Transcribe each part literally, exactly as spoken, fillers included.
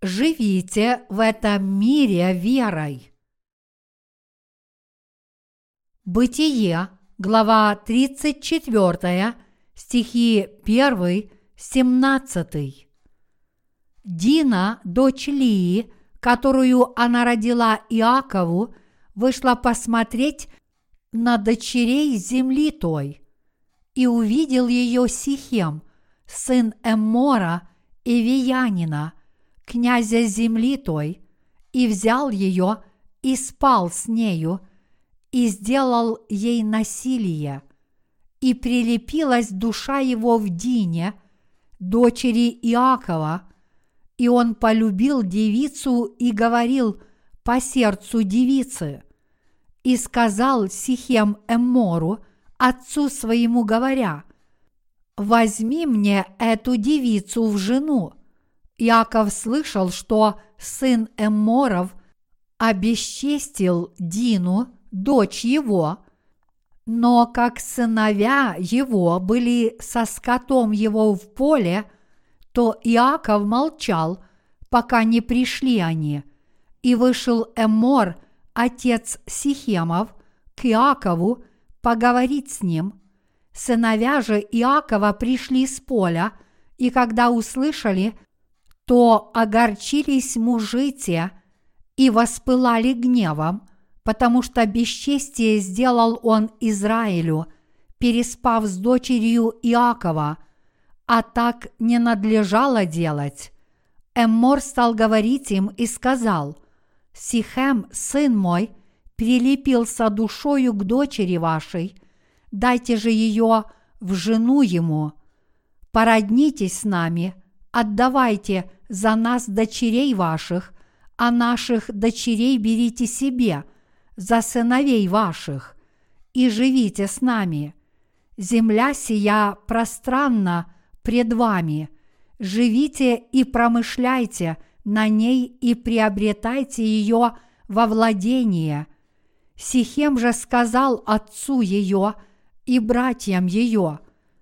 Живите в этом мире верой. Бытие, глава тридцать четыре, стихи один, семнадцать. Дина, дочь Лии, которую она родила Иакову, вышла посмотреть на дочерей земли той, и увидел ее Сихем, сын Эммора и Виянина, князя земли той, и взял ее и спал с нею, и сделал ей насилие, и прилепилась душа его в Дине, дочери Иакова, и он полюбил девицу и говорил по сердцу девицы, и сказал Сихем Эммору, отцу своему говоря: «Возьми мне эту девицу в жену». Иаков слышал, что сын Эмморов обесчестил Дину, дочь его, но как сыновья его были со скотом его в поле, то Иаков молчал, пока не пришли они. И вышел Эммор, отец Сихемов, к Иакову поговорить с ним. Сыновья же Иакова пришли с поля, и когда услышали, то огорчились мужи те и воспылали гневом, потому что бесчестие сделал он Израилю, переспав с дочерью Иакова, а так не надлежало делать. Эммор стал говорить им и сказал: «Сихем, сын мой, прилепился душою к дочери вашей, дайте же ее в жену ему, породнитесь с нами, отдавайте за нас дочерей ваших, а наших дочерей берите себе за сыновей ваших, и живите с нами. Земля сия пространна пред вами, живите и промышляйте на ней и приобретайте ее во владение». Сихем же сказал отцу ее и братьям ее: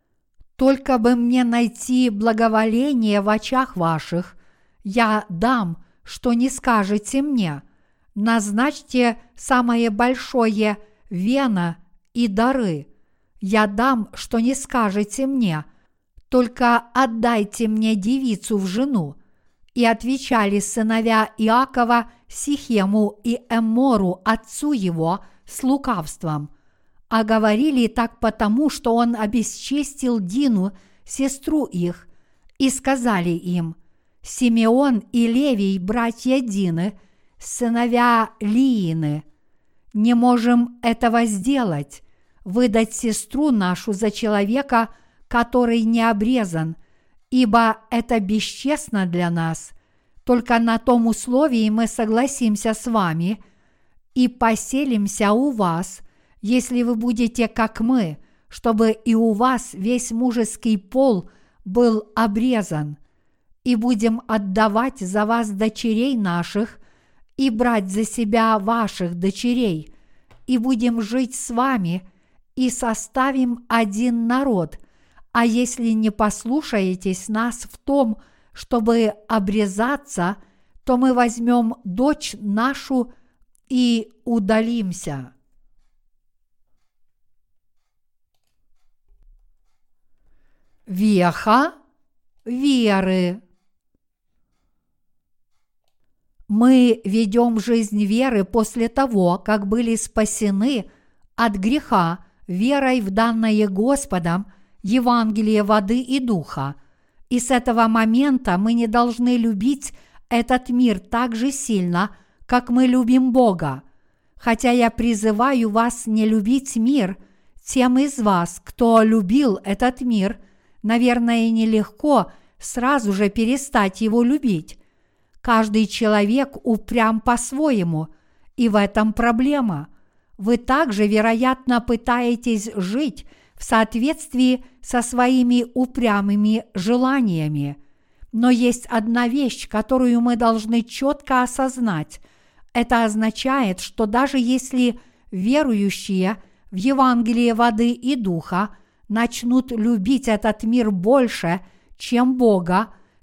«Только бы мне найти благоволение в очах ваших, я дам, что не скажете мне. Назначьте самое большое вено и дары. Я дам, что не скажете мне, только отдайте мне девицу в жену». И отвечали сыновья Иакова Сихему и Эммору, отцу его, с лукавством, а говорили так потому, что он обесчестил Дину, сестру их, и сказали им: «Симеон и Левий, братья Дины, сыновья Лиины, не можем этого сделать, выдать сестру нашу за человека, который не обрезан, ибо это бесчестно для нас. Только на том условии мы согласимся с вами и поселимся у вас, если вы будете как мы, чтобы и у вас весь мужеский пол был обрезан, и будем отдавать за вас дочерей наших и брать за себя ваших дочерей, и будем жить с вами и составим один народ. А если не послушаетесь нас в том, чтобы обрезаться, то мы возьмем дочь нашу и удалимся». Веха веры. Мы ведем жизнь веры после того, как были спасены от греха верой в данное Господом Евангелие воды и духа. И с этого момента мы не должны любить этот мир так же сильно, как мы любим Бога. Хотя я призываю вас не любить мир, тем из вас, кто любил этот мир, наверное, нелегко сразу же перестать его любить. Каждый человек упрям по-своему, и в этом проблема. Вы также, вероятно, пытаетесь жить в соответствии со своими упрямыми желаниями. Но есть одна вещь, которую мы должны четко осознать. Это означает, что даже если верующие в Евангелие воды и духа начнут любить этот мир больше, чем Бога,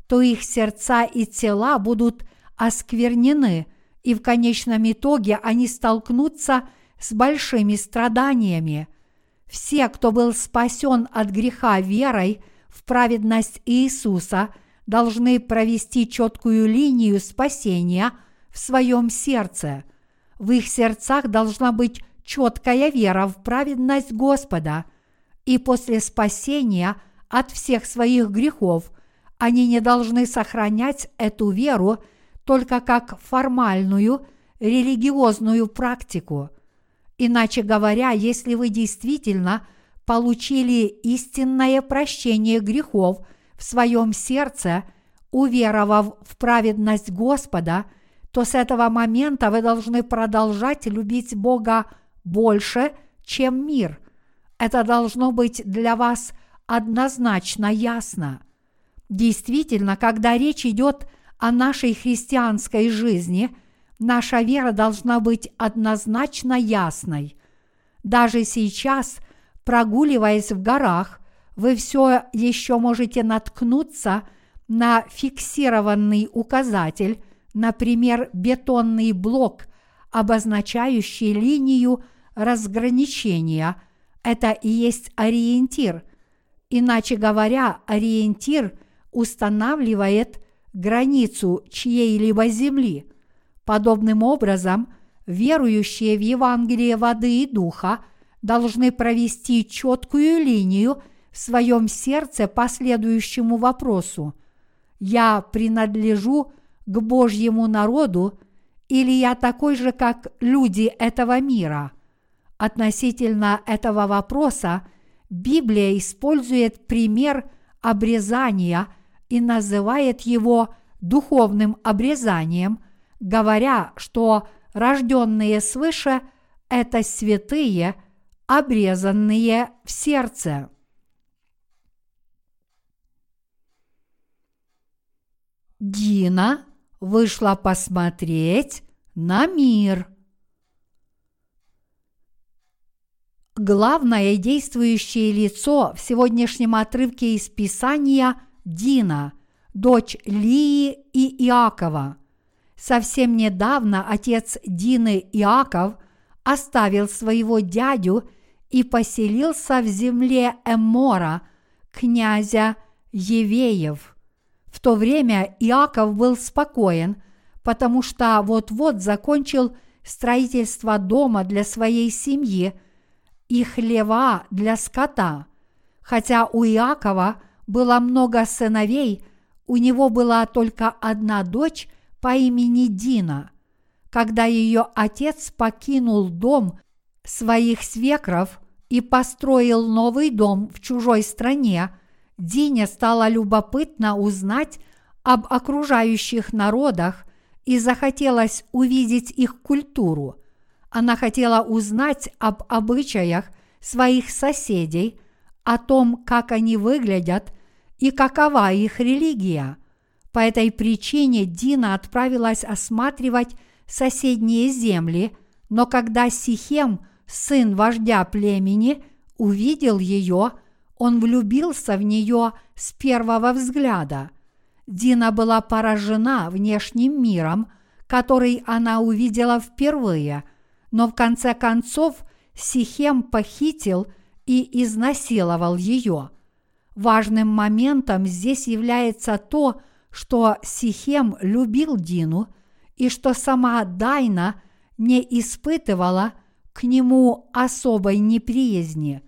то их сердца и тела будут осквернены, и в конечном итоге они столкнутся с большими страданиями. Все, кто был спасен от греха верой в праведность Иисуса, должны провести четкую линию спасения в своем сердце. В их сердцах должна быть четкая вера в праведность Господа, и после спасения от всех своих грехов они не должны сохранять эту веру только как формальную религиозную практику. Иначе говоря, если вы действительно получили истинное прощение грехов в своем сердце, уверовав в праведность Господа, то с этого момента вы должны продолжать любить Бога больше, чем мир. Это должно быть для вас однозначно ясно. Действительно, когда речь идет о нашей христианской жизни, наша вера должна быть однозначно ясной. Даже сейчас, прогуливаясь в горах, вы все еще можете наткнуться на фиксированный указатель, например, бетонный блок, обозначающий линию разграничения. Это и есть ориентир. Иначе говоря, ориентир устанавливает границу чьей-либо земли. Подобным образом, верующие в Евангелие воды и духа должны провести четкую линию в своем сердце по следующему вопросу: «Я принадлежу к Божьему народу, или я такой же, как люди этого мира?» Относительно этого вопроса Библия использует пример обрезания и называет его духовным обрезанием, говоря, что рожденные свыше – это святые, обрезанные в сердце. Дина вышла посмотреть на мир. Главное действующее лицо в сегодняшнем отрывке из Писания – Дина, дочь Лии и Иакова. Совсем недавно отец Дины, Иаков, оставил своего дядю и поселился в земле Эммора, князя Евеев. В то время Иаков был спокоен, потому что вот-вот закончил строительство дома для своей семьи и хлева для скота. Хотя у Иакова было много сыновей, у него была только одна дочь по имени Дина. Когда ее отец покинул дом своих свекров и построил новый дом в чужой стране, Дине стало любопытно узнать об окружающих народах и захотелось увидеть их культуру. Она хотела узнать об обычаях своих соседей, о том, как они выглядят и какова их религия. По этой причине Дина отправилась осматривать соседние земли, но когда Сихем, сын вождя племени, увидел ее, он влюбился в нее с первого взгляда. Дина была поражена внешним миром, который она увидела впервые, но в конце концов Сихем похитил и изнасиловал ее. Важным моментом здесь является то, что Сихем любил Дину и что сама Дайна не испытывала к нему особой неприязни.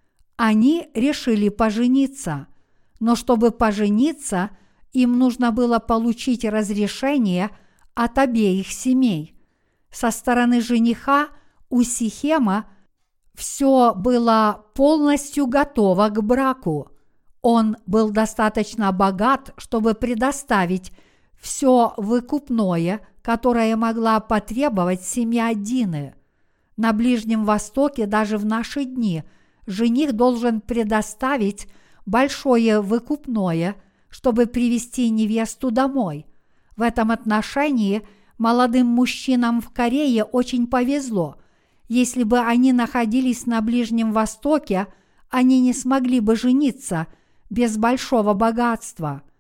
Они решили пожениться, но чтобы пожениться, им нужно было получить разрешение от обеих семей. Со стороны жениха у Сихема все было полностью готово к браку. Он был достаточно богат, чтобы предоставить все выкупное, которое могла потребовать семья Дины. На Ближнем Востоке даже в наши дни жених должен предоставить большое выкупное, чтобы привести невесту домой. В этом отношении молодым мужчинам в Корее очень повезло. Если бы они находились на Ближнем Востоке, они не смогли бы жениться без большого богатства.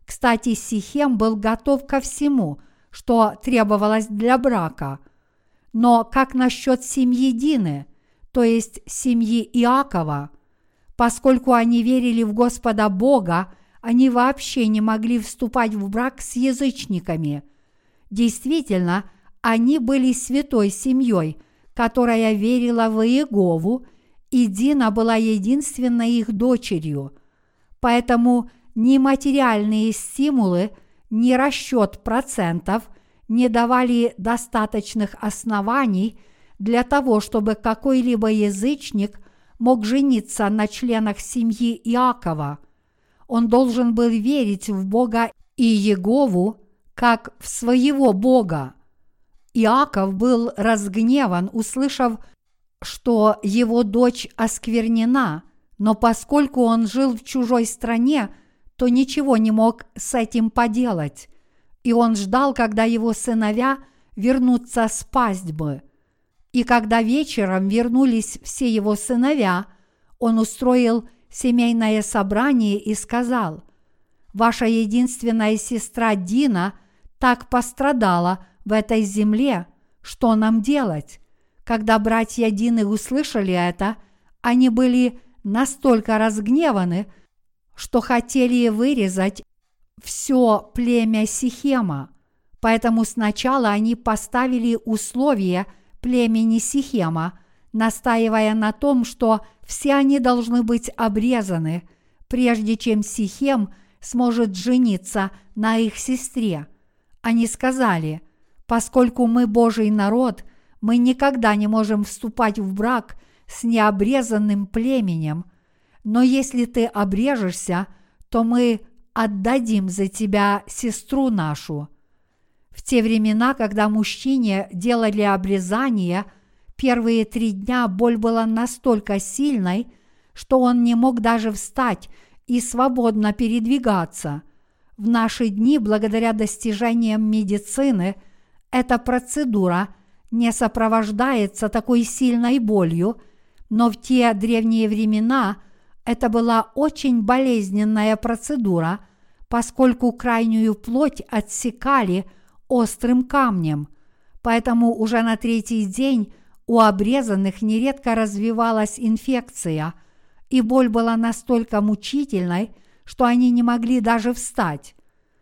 Кстати, Сихем был готов ко всему, что требовалось для брака. Но как насчет семьи Дины, то есть семьи Иакова? Поскольку они верили в Господа Бога, они вообще не могли вступать в брак с язычниками. Действительно, они были святой семьей, которая верила в Иегову, и Дина была единственной их дочерью. Поэтому ни материальные стимулы, ни расчет процентов не давали достаточных оснований для того, чтобы какой-либо язычник мог жениться на членах семьи Иакова. Он должен был верить в Бога и Иегову как в своего Бога. Иаков был разгневан, услышав, что его дочь осквернена, но поскольку он жил в чужой стране, то ничего не мог с этим поделать, и он ждал, когда его сыновья вернутся с пастьбы. И когда вечером вернулись все его сыновья, он устроил семейное собрание и сказал: «Ваша единственная сестра Дина так пострадала в этой земле, что нам делать?» Когда братья Дины услышали это, они были настолько разгневаны, что хотели вырезать все племя Сихема. Поэтому сначала они поставили условия племени Сихема, настаивая на том, что все они должны быть обрезаны, прежде чем Сихем сможет жениться на их сестре. Они сказали: «Поскольку мы Божий народ, мы никогда не можем вступать в брак с необрезанным племенем, но если ты обрежешься, то мы отдадим за тебя сестру нашу». В те времена, когда мужчине делали обрезание, первые три дня боль была настолько сильной, что он не мог даже встать и свободно передвигаться. В наши дни, благодаря достижениям медицины, эта процедура не сопровождается такой сильной болью, но в те древние времена это была очень болезненная процедура, поскольку крайнюю плоть отсекали острым камнем. Поэтому уже на третий день у обрезанных нередко развивалась инфекция, и боль была настолько мучительной, что они не могли даже встать.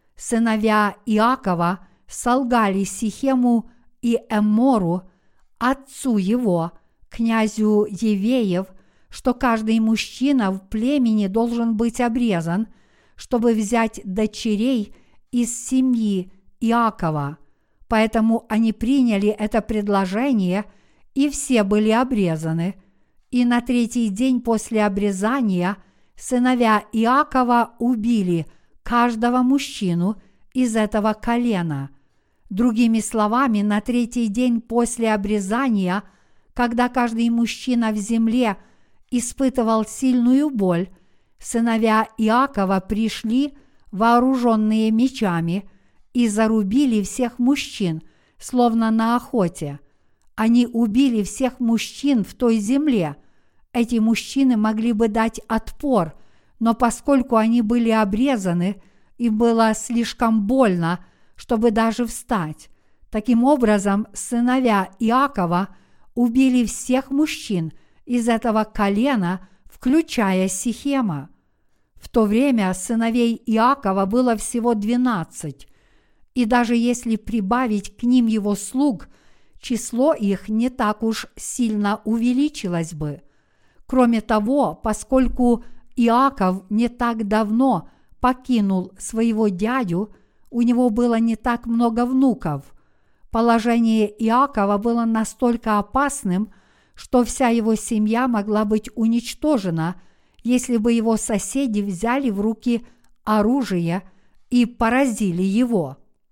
Сыновья Иакова солгали Сихему и Эммору, отцу его, князю Евеев, что каждый мужчина в племени должен быть обрезан, чтобы взять дочерей из семьи Иакова. Поэтому они приняли это предложение, и все были обрезаны. И на третий день после обрезания сыновья Иакова убили каждого мужчину из этого колена. Другими словами, на третий день после обрезания, когда каждый мужчина в земле испытывал сильную боль, сыновья Иакова пришли, вооруженные мечами, и зарубили всех мужчин, словно на охоте. Они убили всех мужчин в той земле. Эти мужчины могли бы дать отпор, но поскольку они были обрезаны, им было слишком больно, чтобы даже встать. Таким образом, сыновья Иакова убили всех мужчин из этого колена, включая Сихема. В то время сыновей Иакова было всего двенадцать, и даже если прибавить к ним его слуг, число их не так уж сильно увеличилось бы. Кроме того, поскольку Иаков не так давно покинул своего дядю, у него было не так много внуков. Положение Иакова было настолько опасным, что вся его семья могла быть уничтожена, если бы его соседи взяли в руки оружие и поразили его.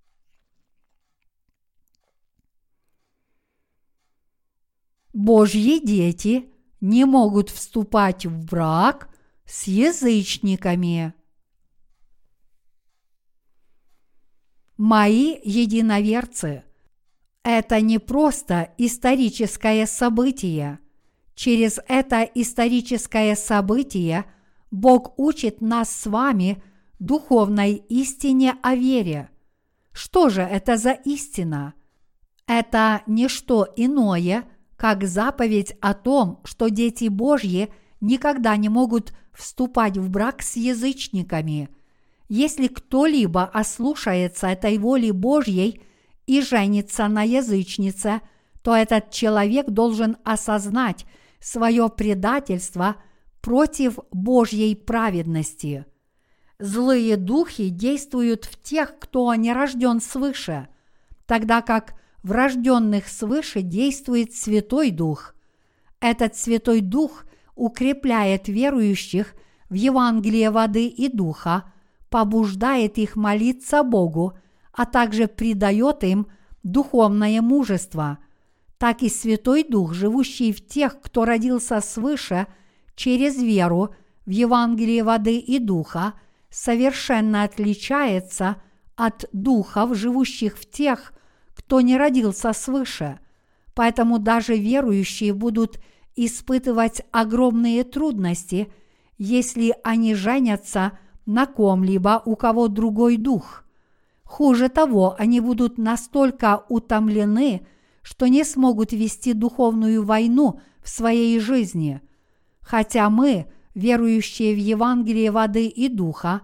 Божьи дети не могут вступать в брак с язычниками. Мои единоверцы, это не просто историческое событие. Через это историческое событие Бог учит нас с вами духовной истине о вере. Что же это за истина? Это не что иное, как заповедь о том, что дети Божьи никогда не могут вступать в брак с язычниками. Если кто-либо ослушается этой воли Божьей и женится на язычнице, то этот человек должен осознать свое предательство против Божьей праведности. Злые духи действуют в тех, кто не рожден свыше, тогда как в рожденных свыше действует Святой Дух. Этот Святой Дух укрепляет верующих в Евангелие воды и духа, побуждает их молиться Богу, а также придает им духовное мужество. Так и Святой Дух, живущий в тех, кто родился свыше через веру в Евангелие воды и духа, совершенно отличается от духов, живущих в тех, кто не родился свыше. Поэтому даже верующие будут испытывать огромные трудности, если они женятся на ком-либо, у кого другой дух. Хуже того, они будут настолько утомлены, что не смогут вести духовную войну в своей жизни. Хотя мы, верующие в Евангелие воды и духа,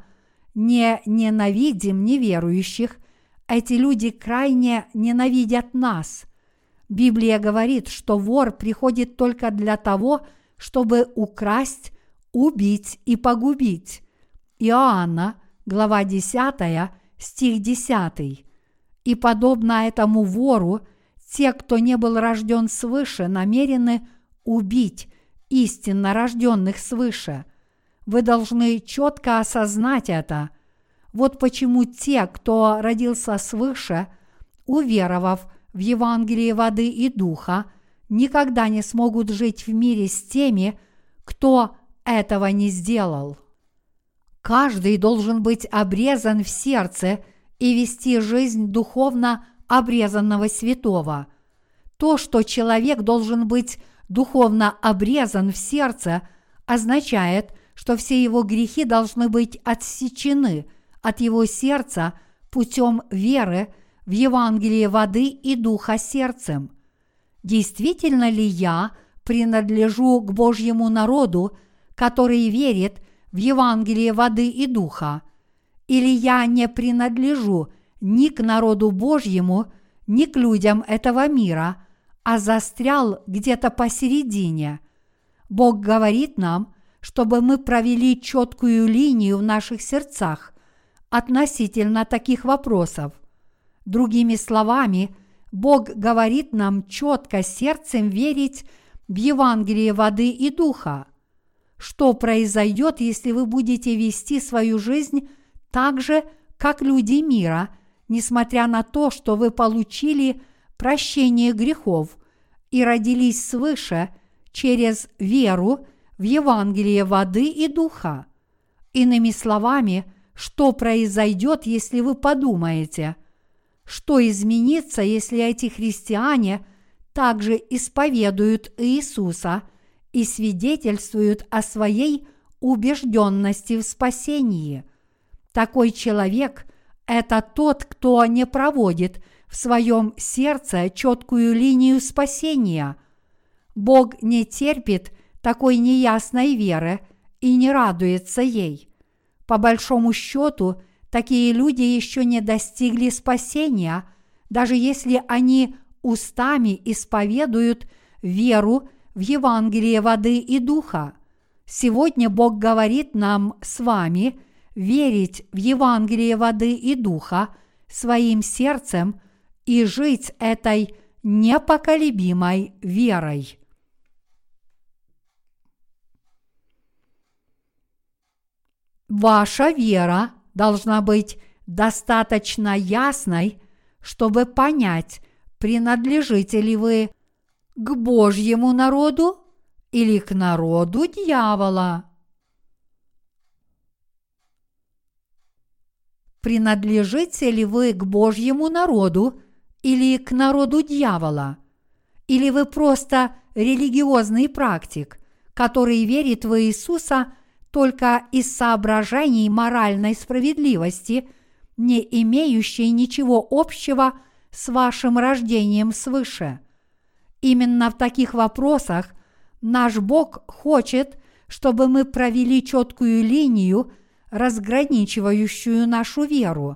не ненавидим неверующих, эти люди крайне ненавидят нас. Библия говорит, что вор приходит только для того, чтобы украсть, убить и погубить. Иоанна, глава десятая, стих десятый. И подобно этому вору, те, кто не был рожден свыше, намерены убить истинно рожденных свыше. Вы должны четко осознать это. Вот почему те, кто родился свыше, уверовав в Евангелие воды и духа, никогда не смогут жить в мире с теми, кто этого не сделал. Каждый должен быть обрезан в сердце и вести жизнь духовно обрезанного святого. То, что человек должен быть духовно обрезан в сердце, означает, что все его грехи должны быть отсечены от его сердца путем веры в Евангелие воды и духа сердцем. Действительно ли я принадлежу к Божьему народу, который верит в Евангелие воды и духа, или я не принадлежу ни к народу Божьему, ни к людям этого мира, а застрял где-то посередине? Бог говорит нам, чтобы мы провели четкую линию в наших сердцах относительно таких вопросов. Другими словами, Бог говорит нам четко сердцем верить в Евангелие воды и духа. Что произойдет, если вы будете вести свою жизнь так же, как люди мира, несмотря на то, что вы получили прощение грехов и родились свыше через веру в Евангелие воды и духа? Иными словами, что произойдет, если вы подумаете, что изменится, если эти христиане также исповедуют Иисуса и свидетельствуют о своей убежденности в спасении? Такой человек – это тот, кто не проводит в своем сердце четкую линию спасения. Бог не терпит такой неясной веры и не радуется ей. По большому счету, такие люди еще не достигли спасения, даже если они устами исповедуют веру в Евангелие воды и духа. Сегодня Бог говорит нам с вами верить в Евангелие воды и духа своим сердцем и жить этой непоколебимой верой. Ваша вера должна быть достаточно ясной, чтобы понять, принадлежите ли вы к Божьему народу или к народу дьявола. Принадлежите ли вы к Божьему народу или к народу дьявола? Или вы просто религиозный практик, который верит в Иисуса только из соображений моральной справедливости, не имеющей ничего общего с вашим рождением свыше. Именно в таких вопросах наш Бог хочет, чтобы мы провели четкую линию, разграничивающую нашу веру.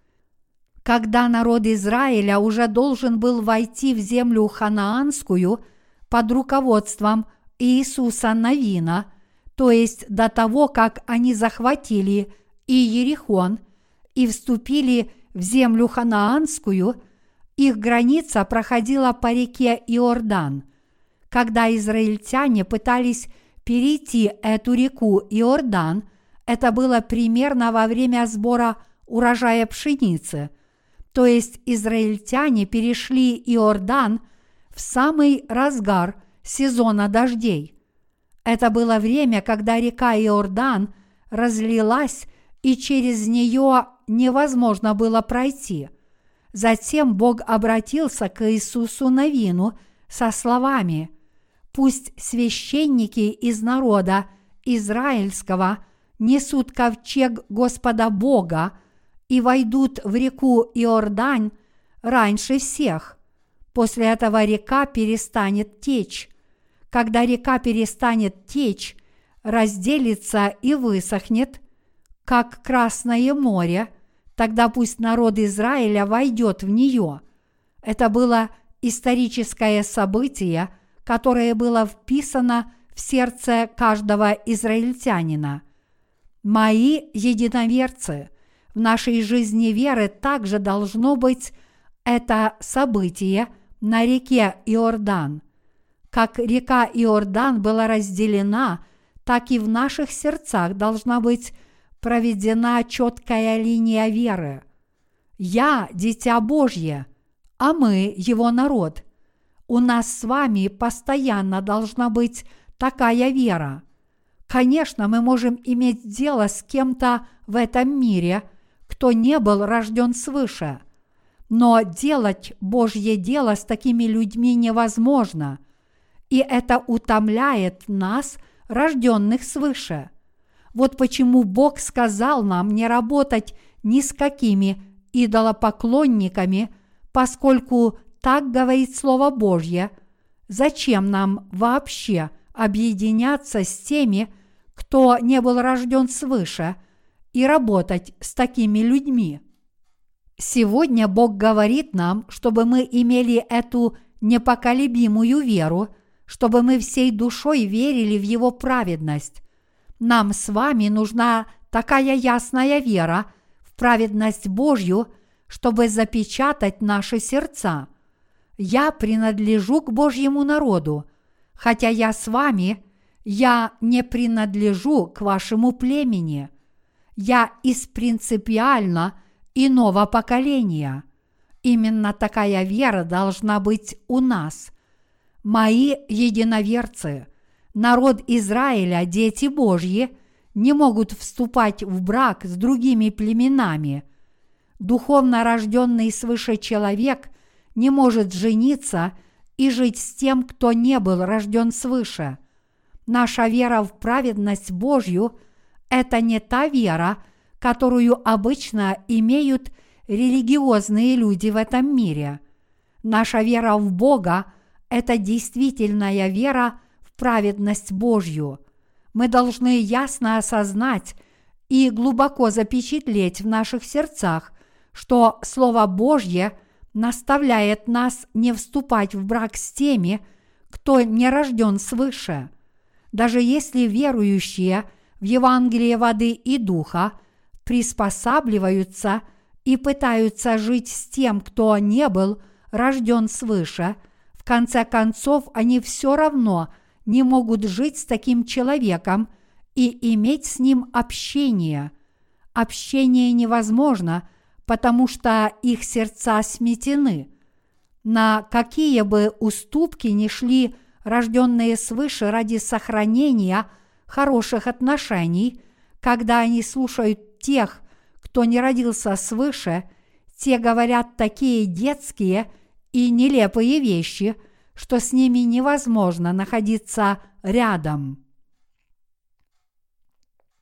Когда народ Израиля уже должен был войти в землю ханаанскую под руководством Иисуса Навина, то есть до того, как они захватили Иерихон и вступили в землю ханаанскую, их граница проходила по реке Иордан. Когда израильтяне пытались перейти эту реку Иордан, это было примерно во время сбора урожая пшеницы, то есть израильтяне перешли Иордан в самый разгар сезона дождей. Это было время, когда река Иордан разлилась, и через нее невозможно было пройти. Затем Бог обратился к Иисусу Навину со словами: «Пусть священники из народа израильского несут ковчег Господа Бога и войдут в реку Иордань раньше всех. После этого река перестанет течь. Когда река перестанет течь, разделится и высохнет, как Красное море, тогда пусть народ Израиля войдет в нее». Это было историческое событие, которое было вписано в сердце каждого израильтянина. Мои единоверцы, в нашей жизни веры также должно быть это событие на реке Иордан. Как река Иордан была разделена, так и в наших сердцах должна быть проведена четкая линия веры. Я – дитя Божье, а мы – его народ. У нас с вами постоянно должна быть такая вера. Конечно, мы можем иметь дело с кем-то в этом мире, кто не был рожден свыше. Но делать Божье дело с такими людьми невозможно, и это утомляет нас, рожденных свыше. Вот почему Бог сказал нам не работать ни с какими идолопоклонниками, поскольку так говорит Слово Божье. Зачем нам вообще объединяться с теми, кто не был рожден свыше, и работать с такими людьми? Сегодня Бог говорит нам, чтобы мы имели эту непоколебимую веру, чтобы мы всей душой верили в Его праведность. Нам с вами нужна такая ясная вера в праведность Божью, чтобы запечатать наши сердца. Я принадлежу к Божьему народу, хотя я с вами, я не принадлежу к вашему племени. Я из принципиально иного поколения. Именно такая вера должна быть у нас. Мои единоверцы, народ Израиля, дети Божьи, не могут вступать в брак с другими племенами. Духовно рожденный свыше человек не может жениться и жить с тем, кто не был рожден свыше. Наша вера в праведность Божью – это не та вера, которую обычно имеют религиозные люди в этом мире. Наша вера в Бога – это действительная вера в праведность Божью. Мы должны ясно осознать и глубоко запечатлеть в наших сердцах, что Слово Божье наставляет нас не вступать в брак с теми, кто не рожден свыше. Даже если верующие в Евангелие воды и духа приспосабливаются и пытаются жить с тем, кто не был рожден свыше, в конце концов они все равно не могут жить с таким человеком и иметь с ним общение. Общение невозможно, потому что их сердца сметены. На какие бы уступки ни шли рожденные свыше ради сохранения хороших отношений, когда они слушают тех, кто не родился свыше, те говорят такие детские и нелепые вещи, что с ними невозможно находиться рядом.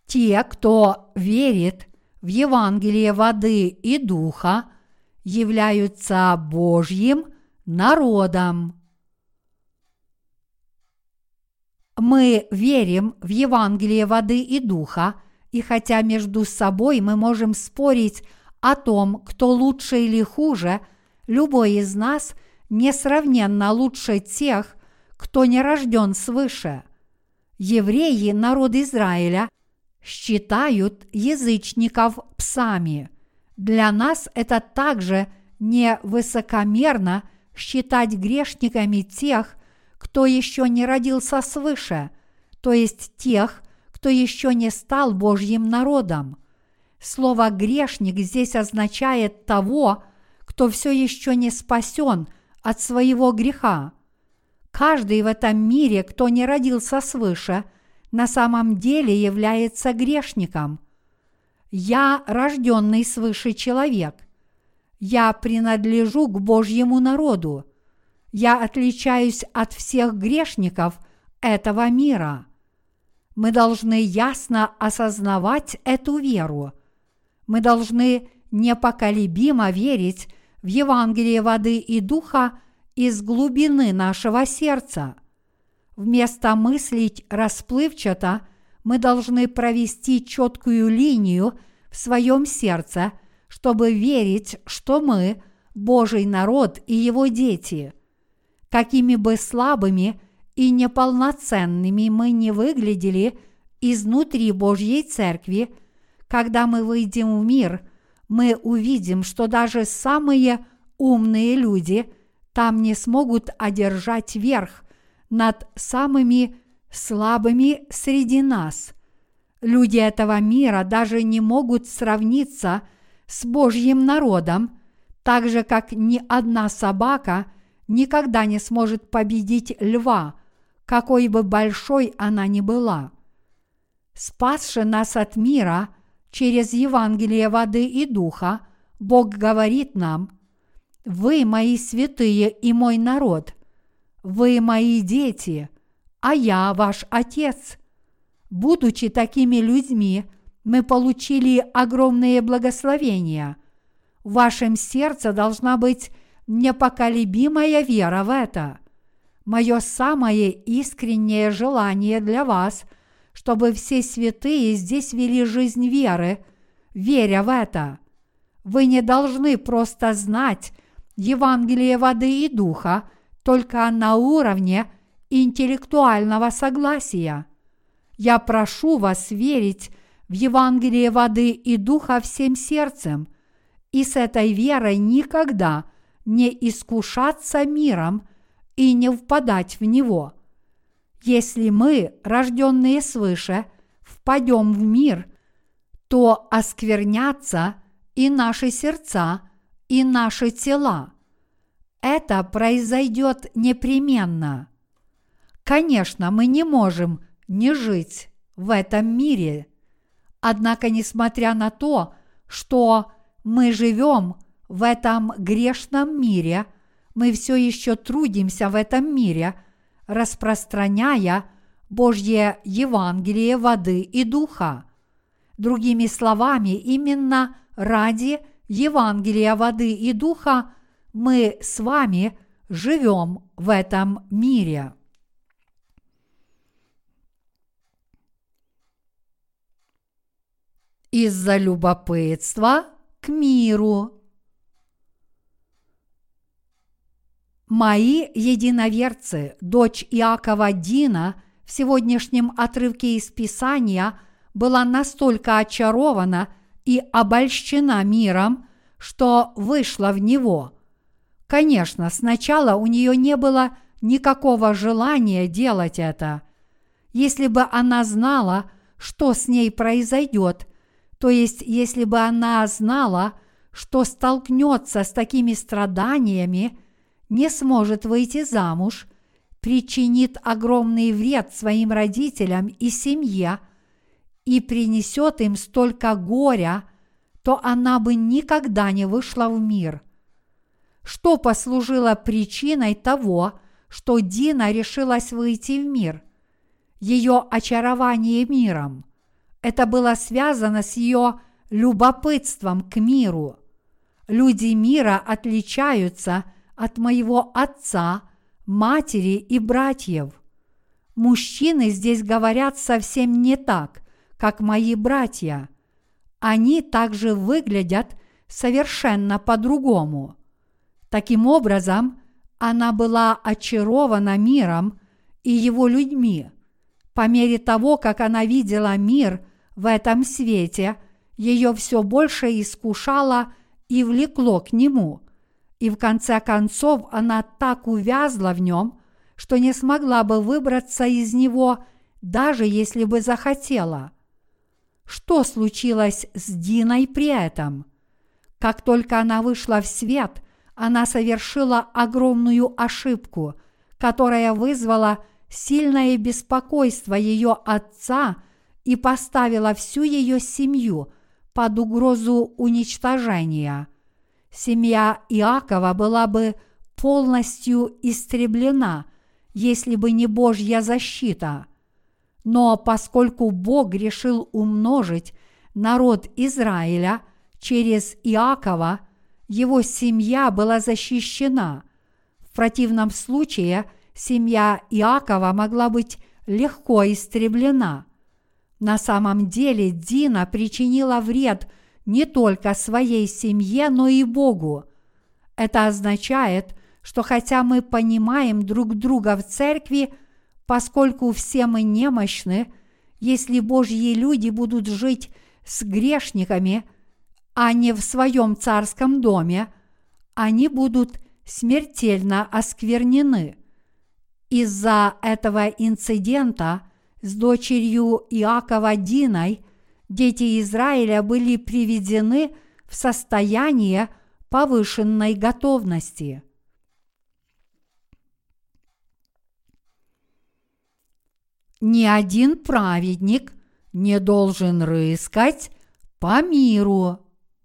Те, кто верит в Евангелие воды и духа, являются Божьим народом. Мы верим в Евангелие воды и духа, и хотя между собой мы можем спорить о том, кто лучше или хуже, любой из нас несравненно лучше тех, кто не рожден свыше. Евреи, народ Израиля, считают язычников псами. Для нас это также не высокомерно считать грешниками тех, кто еще не родился свыше, то есть тех, кто еще не стал Божьим народом. Слово «грешник» здесь означает того, кто все еще не спасен от своего греха. Каждый в этом мире, кто не родился свыше, на самом деле является грешником. Я рожденный свыше человек. Я принадлежу к Божьему народу. Я отличаюсь от всех грешников этого мира. Мы должны ясно осознавать эту веру. Мы должны непоколебимо верить в Евангелие воды и духа из глубины нашего сердца. Вместо мыслить расплывчато, мы должны провести четкую линию в своем сердце, чтобы верить, что мы – Божий народ и Его дети. Какими бы слабыми и неполноценными мы не выглядели изнутри Божьей Церкви, когда мы выйдем в мир, мы увидим, что даже самые умные люди там не смогут одержать верх над самыми слабыми среди нас. Люди этого мира даже не могут сравниться с Божьим народом, так же, как ни одна собака никогда не сможет победить льва, какой бы большой она ни была. Спасши нас от мира через Евангелие воды и духа, Бог говорит нам: «Вы мои святые и мой народ, вы мои дети, а я ваш Отец». Будучи такими людьми, мы получили огромные благословения. В вашем сердце должна быть непоколебимая вера в это. Мое самое искреннее желание для вас, чтобы все святые здесь вели жизнь веры, веря в это. Вы не должны просто знать Евангелие воды и духа только на уровне интеллектуального согласия. Я прошу вас верить в Евангелие воды и духа всем сердцем и с этой верой никогда не искушаться миром и не впадать в него. Если мы, рожденные свыше, впадем в мир, то осквернятся и наши сердца, и наши тела. Это произойдет непременно. Конечно, мы не можем не жить в этом мире. Однако, несмотря на то, что мы живем в этом грешном мире, мы все еще трудимся в этом мире, распространяя Божье Евангелие воды и духа. Другими словами, именно ради Евангелия воды и духа мы с вами живем в этом мире. Из-за любопытства к миру. Мои единоверцы, дочь Иакова Дина, в сегодняшнем отрывке из Писания была настолько очарована и обольщена миром, что вышла в него. Конечно, сначала у нее не было никакого желания делать это. Если бы она знала, что с ней произойдет, то есть если бы она знала, что столкнется с такими страданиями, не сможет выйти замуж, причинит огромный вред своим родителям и семье и принесет им столько горя, то она бы никогда не вышла в мир. Что послужило причиной того, что Дина решилась выйти в мир? Ее очарование миром. Это было связано с ее любопытством к миру. Люди мира отличаются от моего отца, матери и братьев. Мужчины здесь говорят совсем не так, как мои братья. Они также выглядят совершенно по-другому. Таким образом, она была очарована миром и его людьми. По мере того, как она видела мир в этом свете, ее все больше искушало и влекло к нему. И в конце концов она так увязла в нем, что не смогла бы выбраться из него, даже если бы захотела. Что случилось с Диной при этом? Как только она вышла в свет, она совершила огромную ошибку, которая вызвала сильное беспокойство ее отца и поставила всю ее семью под угрозу уничтожения. Семья Иакова была бы полностью истреблена, если бы не Божья защита. Но поскольку Бог решил умножить народ Израиля через Иакова, его семья была защищена. В противном случае семья Иакова могла быть легко истреблена. На самом деле Дина причинила вред не только своей семье, но и Богу. Это означает, что хотя мы понимаем друг друга в церкви, поскольку все мы немощны, если Божьи люди будут жить с грешниками, а не в своем царском доме, они будут смертельно осквернены. Из-за этого инцидента с дочерью Иакова Диной дети Израиля были приведены в состояние повышенной готовности. Ни один праведник не должен рыскать по миру.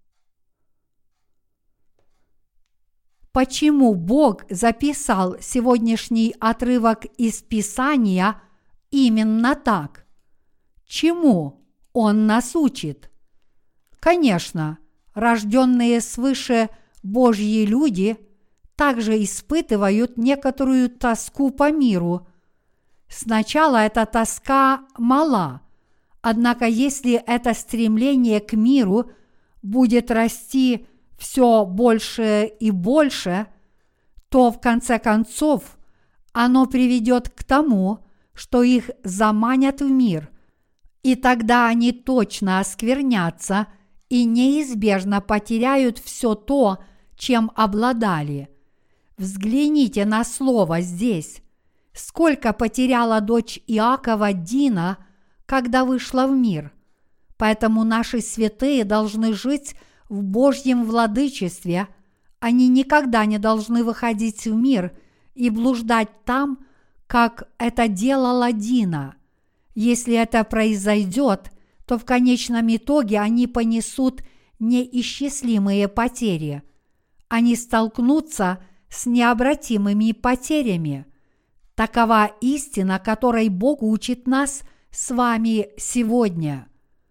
Почему Бог записал сегодняшний отрывок из Писания именно так? Чему Он нас учит? Конечно, рожденные свыше Божьи люди также испытывают некоторую тоску по миру. Сначала эта тоска мала, однако если это стремление к миру будет расти все больше и больше, то в конце концов оно приведет к тому, что их заманят в мир, и тогда они точно осквернятся и неизбежно потеряют все то, чем обладали. Взгляните на слово здесь. Сколько потеряла дочь Иакова Дина, когда вышла в мир. Поэтому наши святые должны жить в Божьем владычестве, они никогда не должны выходить в мир и блуждать там, как это делала Дина. Если это произойдет, то в конечном итоге они понесут неисчислимые потери. Они столкнутся с необратимыми потерями. Такова истина, которой Бог учит нас с вами сегодня.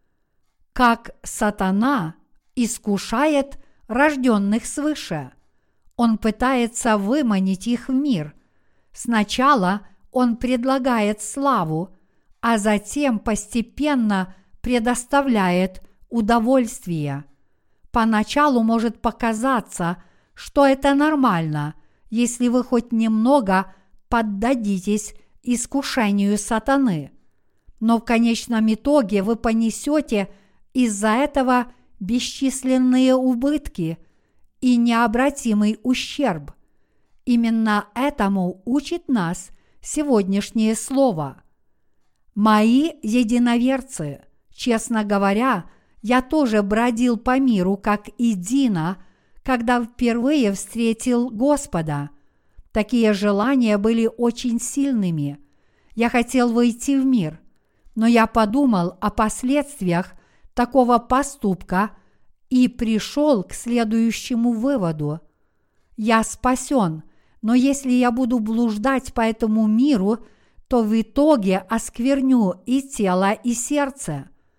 Как сатана искушает рожденных свыше. Он пытается выманить их в мир. Сначала он предлагает славу, а затем постепенно предоставляет удовольствие. Поначалу может показаться, что это нормально, если вы хоть немного поддадитесь искушению сатаны. Но в конечном итоге вы понесете из-за этого бесчисленные убытки и необратимый ущерб. Именно этому учит нас сегодняшнее слово. Мои единоверцы, честно говоря, я тоже бродил по миру, как и Дина, когда впервые встретил Господа. Такие желания были очень сильными. Я хотел выйти в мир, но я подумал о последствиях такого поступка и пришел к следующему выводу. Я спасен, но если я буду блуждать по этому миру, то в итоге оскверню и тело, и сердце.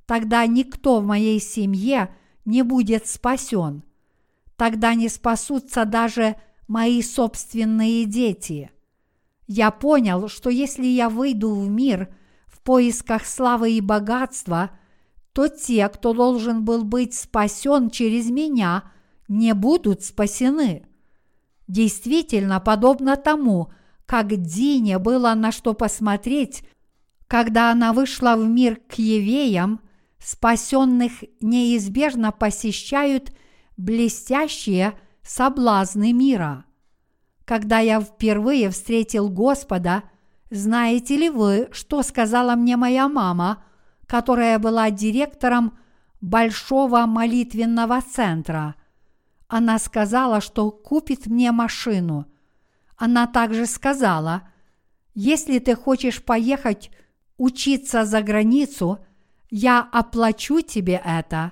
тогда никто в моей семье не будет спасен. Тогда не спасутся даже мои собственные дети. Я понял, что если я выйду в мир в поисках славы и богатства, то те, кто должен был быть спасен через меня, не будут спасены. Действительно, подобно тому, как Дине было на что посмотреть, когда она вышла в мир к евеям, спасенных неизбежно посещают блестящие соблазны мира. Когда я впервые встретил Господа, знаете ли вы, что сказала мне моя мама, которая была директором большого молитвенного центра? Она сказала, что купит мне машину. Она также сказала: если ты хочешь поехать учиться за границу, я оплачу тебе это.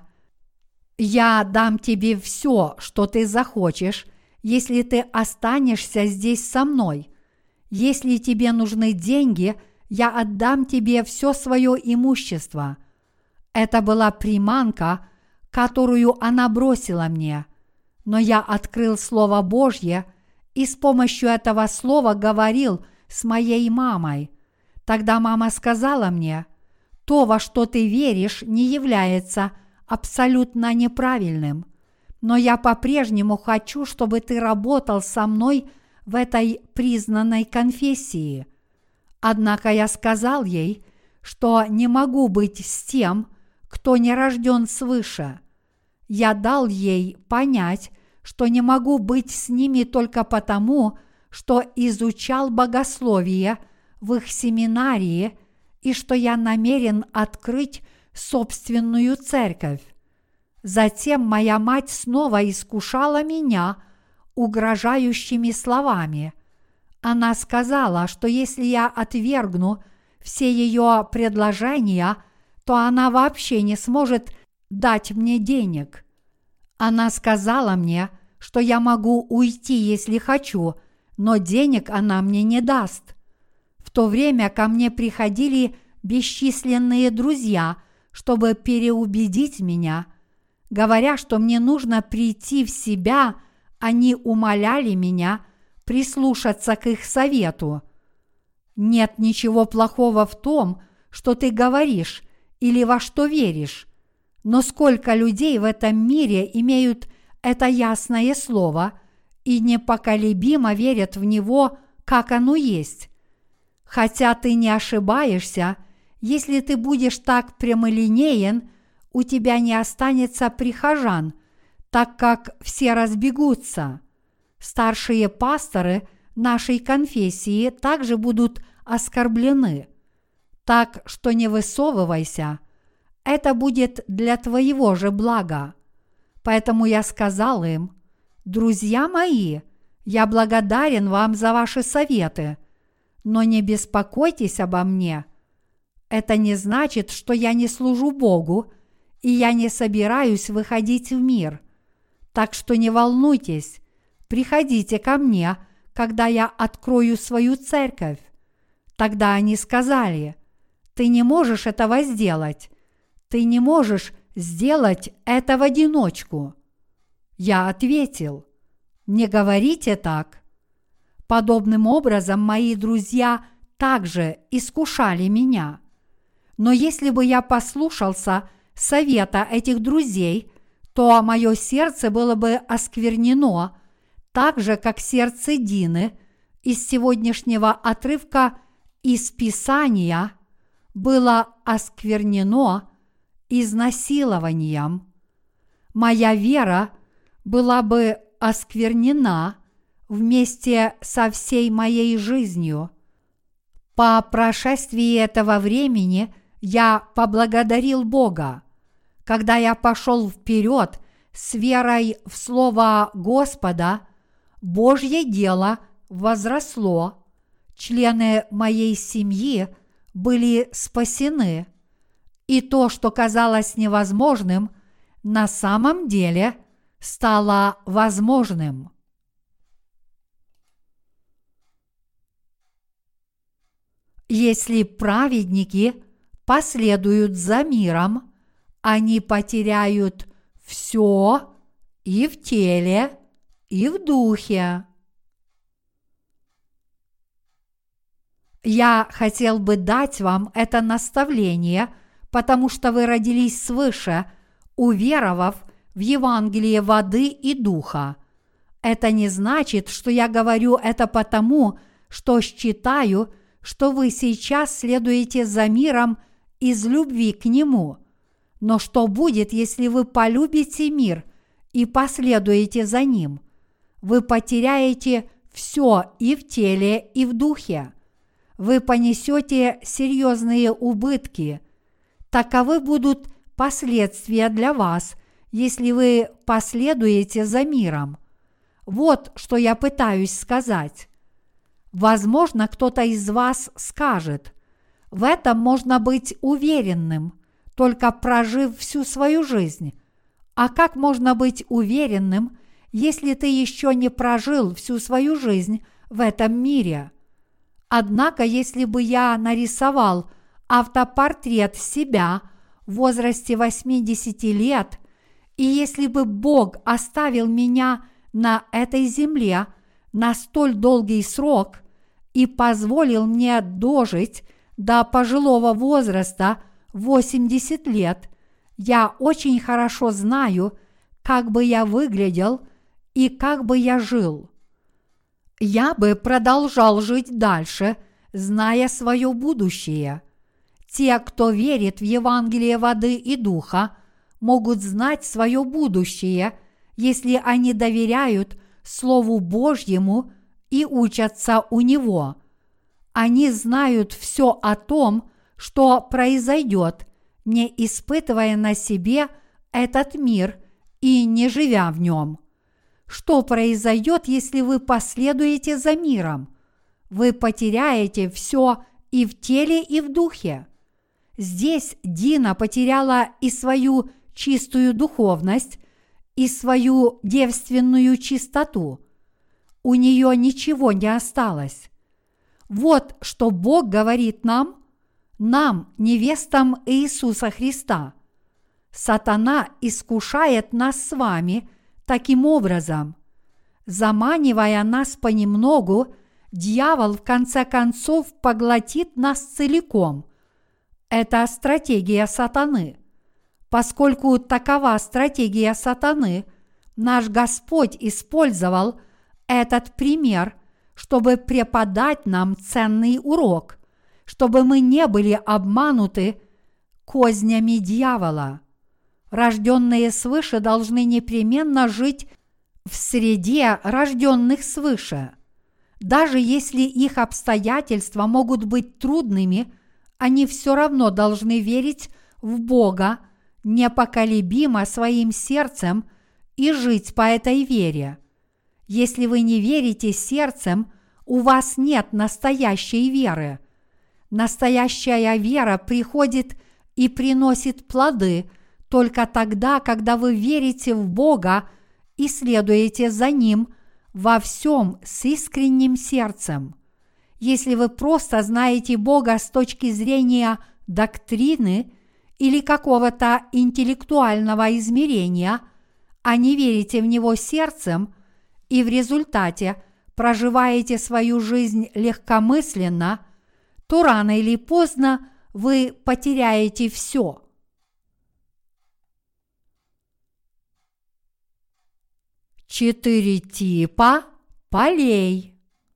Я дам тебе все, что ты захочешь, если ты останешься здесь со мной. Если тебе нужны деньги, я отдам тебе все свое имущество. Это была приманка, которую она бросила мне. Но я открыл Слово Божье и с помощью этого слова говорил с моей мамой. Тогда мама сказала мне: то, во что ты веришь, не является абсолютно неправильным, но я по-прежнему хочу, чтобы ты работал со мной в этой признанной конфессии. Однако я сказал ей, что не могу быть с тем, кто не рожден свыше. Я дал ей понять, что не могу быть с ними только потому, что изучал богословие в их семинарии и что я намерен открыть собственную церковь. Затем моя мать снова искушала меня угрожающими словами. Она сказала, что если я отвергну все ее предложения, то она вообще не сможет дать мне денег. Она сказала мне, что я могу уйти, если хочу, но денег она мне не даст. В то время ко мне приходили бесчисленные друзья, чтобы переубедить меня. Говоря, что мне нужно прийти в себя, они умоляли меня прислушаться к их совету. Нет ничего плохого в том, что ты говоришь или во что веришь, но сколько людей в этом мире имеют это ясное слово и непоколебимо верят в него, как оно есть. Хотя ты не ошибаешься, если ты будешь так прямолинеен, у тебя не останется прихожан, так как все разбегутся. Старшие пасторы нашей конфессии также будут оскорблены. Так что не высовывайся, это будет для твоего же блага. Поэтому я сказал им: друзья мои, я благодарен вам за ваши советы, но не беспокойтесь обо мне. Это не значит, что я не служу Богу, и я не собираюсь выходить в мир. Так что не волнуйтесь, приходите ко мне, когда я открою свою церковь. Тогда они сказали: ты не можешь этого сделать. Ты не можешь сделать это в одиночку. Я ответил: не говорите так. Подобным образом мои друзья также искушали меня. Но если бы я послушался совета этих друзей, то мое сердце было бы осквернено, так же, как сердце Дины из сегодняшнего отрывка из Писания было осквернено изнасилованием. Моя вера была бы осквернена вместе со всей моей жизнью. По прошествии этого времени я поблагодарил Бога. Когда я пошел вперед с верой в Слово Господа, Божье дело возросло, члены моей семьи были спасены, и то, что казалось невозможным, на самом деле стало возможным. Если праведники последуют за миром, они потеряют все и в теле, и в духе. Я хотел бы дать вам это наставление, потому что вы родились свыше, уверовав в Евангелие воды и духа. Это не значит, что я говорю это потому, что считаю, что вы сейчас следуете за миром из любви к нему. Но что будет, если вы полюбите мир и последуете за ним? Вы потеряете все и в теле, и в духе. Вы понесете серьезные убытки. Таковы будут последствия для вас, если вы последуете за миром. Вот что я пытаюсь сказать. Возможно, кто-то из вас скажет: в этом можно быть уверенным, только прожив всю свою жизнь. А как можно быть уверенным, если ты еще не прожил всю свою жизнь в этом мире? Однако, если бы я нарисовал автопортрет себя в возрасте восьмидесяти лет, и если бы Бог оставил меня на этой земле на столь долгий срок и позволил мне дожить до пожилого возраста восемьдесят лет, я очень хорошо знаю, как бы я выглядел и как бы я жил. Я бы продолжал жить дальше, зная свое будущее. Те, кто верит в Евангелие воды и духа, могут знать свое будущее, если они доверяют Слову Божьему и учатся у него. Они знают все о том, что произойдет, не испытывая на себе этот мир и не живя в нем. Что произойдет, если вы последуете за миром? Вы потеряете все и в теле, и в духе. Здесь Дина потеряла и свою чистую духовность, и свою девственную чистоту. У нее ничего не осталось. Вот что Бог говорит нам, нам, невестам Иисуса Христа. Сатана искушает нас с вами таким образом. Заманивая нас понемногу, дьявол в конце концов поглотит нас целиком. Это стратегия сатаны. Поскольку такова стратегия сатаны, наш Господь использовал этот пример, чтобы преподать нам ценный урок, чтобы мы не были обмануты кознями дьявола. Рожденные свыше должны непременно жить в среде рожденных свыше. Даже если их обстоятельства могут быть трудными, они все равно должны верить в Бога непоколебимо своим сердцем и жить по этой вере. Если вы не верите сердцем, у вас нет настоящей веры. Настоящая вера приходит и приносит плоды только тогда, когда вы верите в Бога и следуете за Ним во всем с искренним сердцем. Если вы просто знаете Бога с точки зрения доктрины или какого-то интеллектуального измерения, а не верите в Него сердцем и в результате проживаете свою жизнь легкомысленно, то рано или поздно вы потеряете все. Четыре типа полей.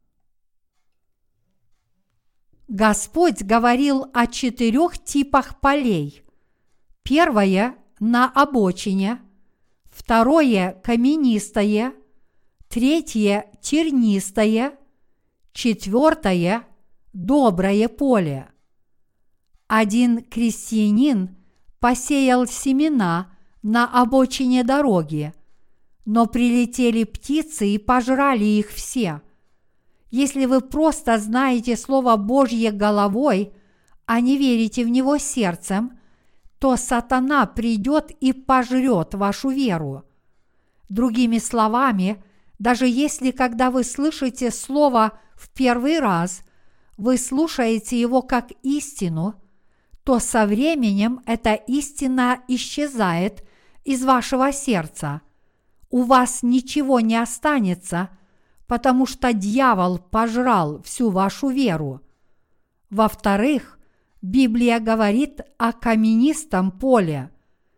Господь говорил о четырех типах полей. Первое – на обочине, второе – каменистое, третье – тернистое, четвертое – доброе поле. Один крестьянин посеял семена на обочине дороги, но прилетели птицы и пожрали их все. Если вы просто знаете Слово Божье головой, а не верите в него сердцем, то сатана придет и пожрет вашу веру. Другими словами, даже если, когда вы слышите Слово в первый раз, вы слушаете его как истину, то со временем эта истина исчезает из вашего сердца. У вас ничего не останется, потому что дьявол пожрал всю вашу веру. Во-вторых, Библия говорит о каменистом поле.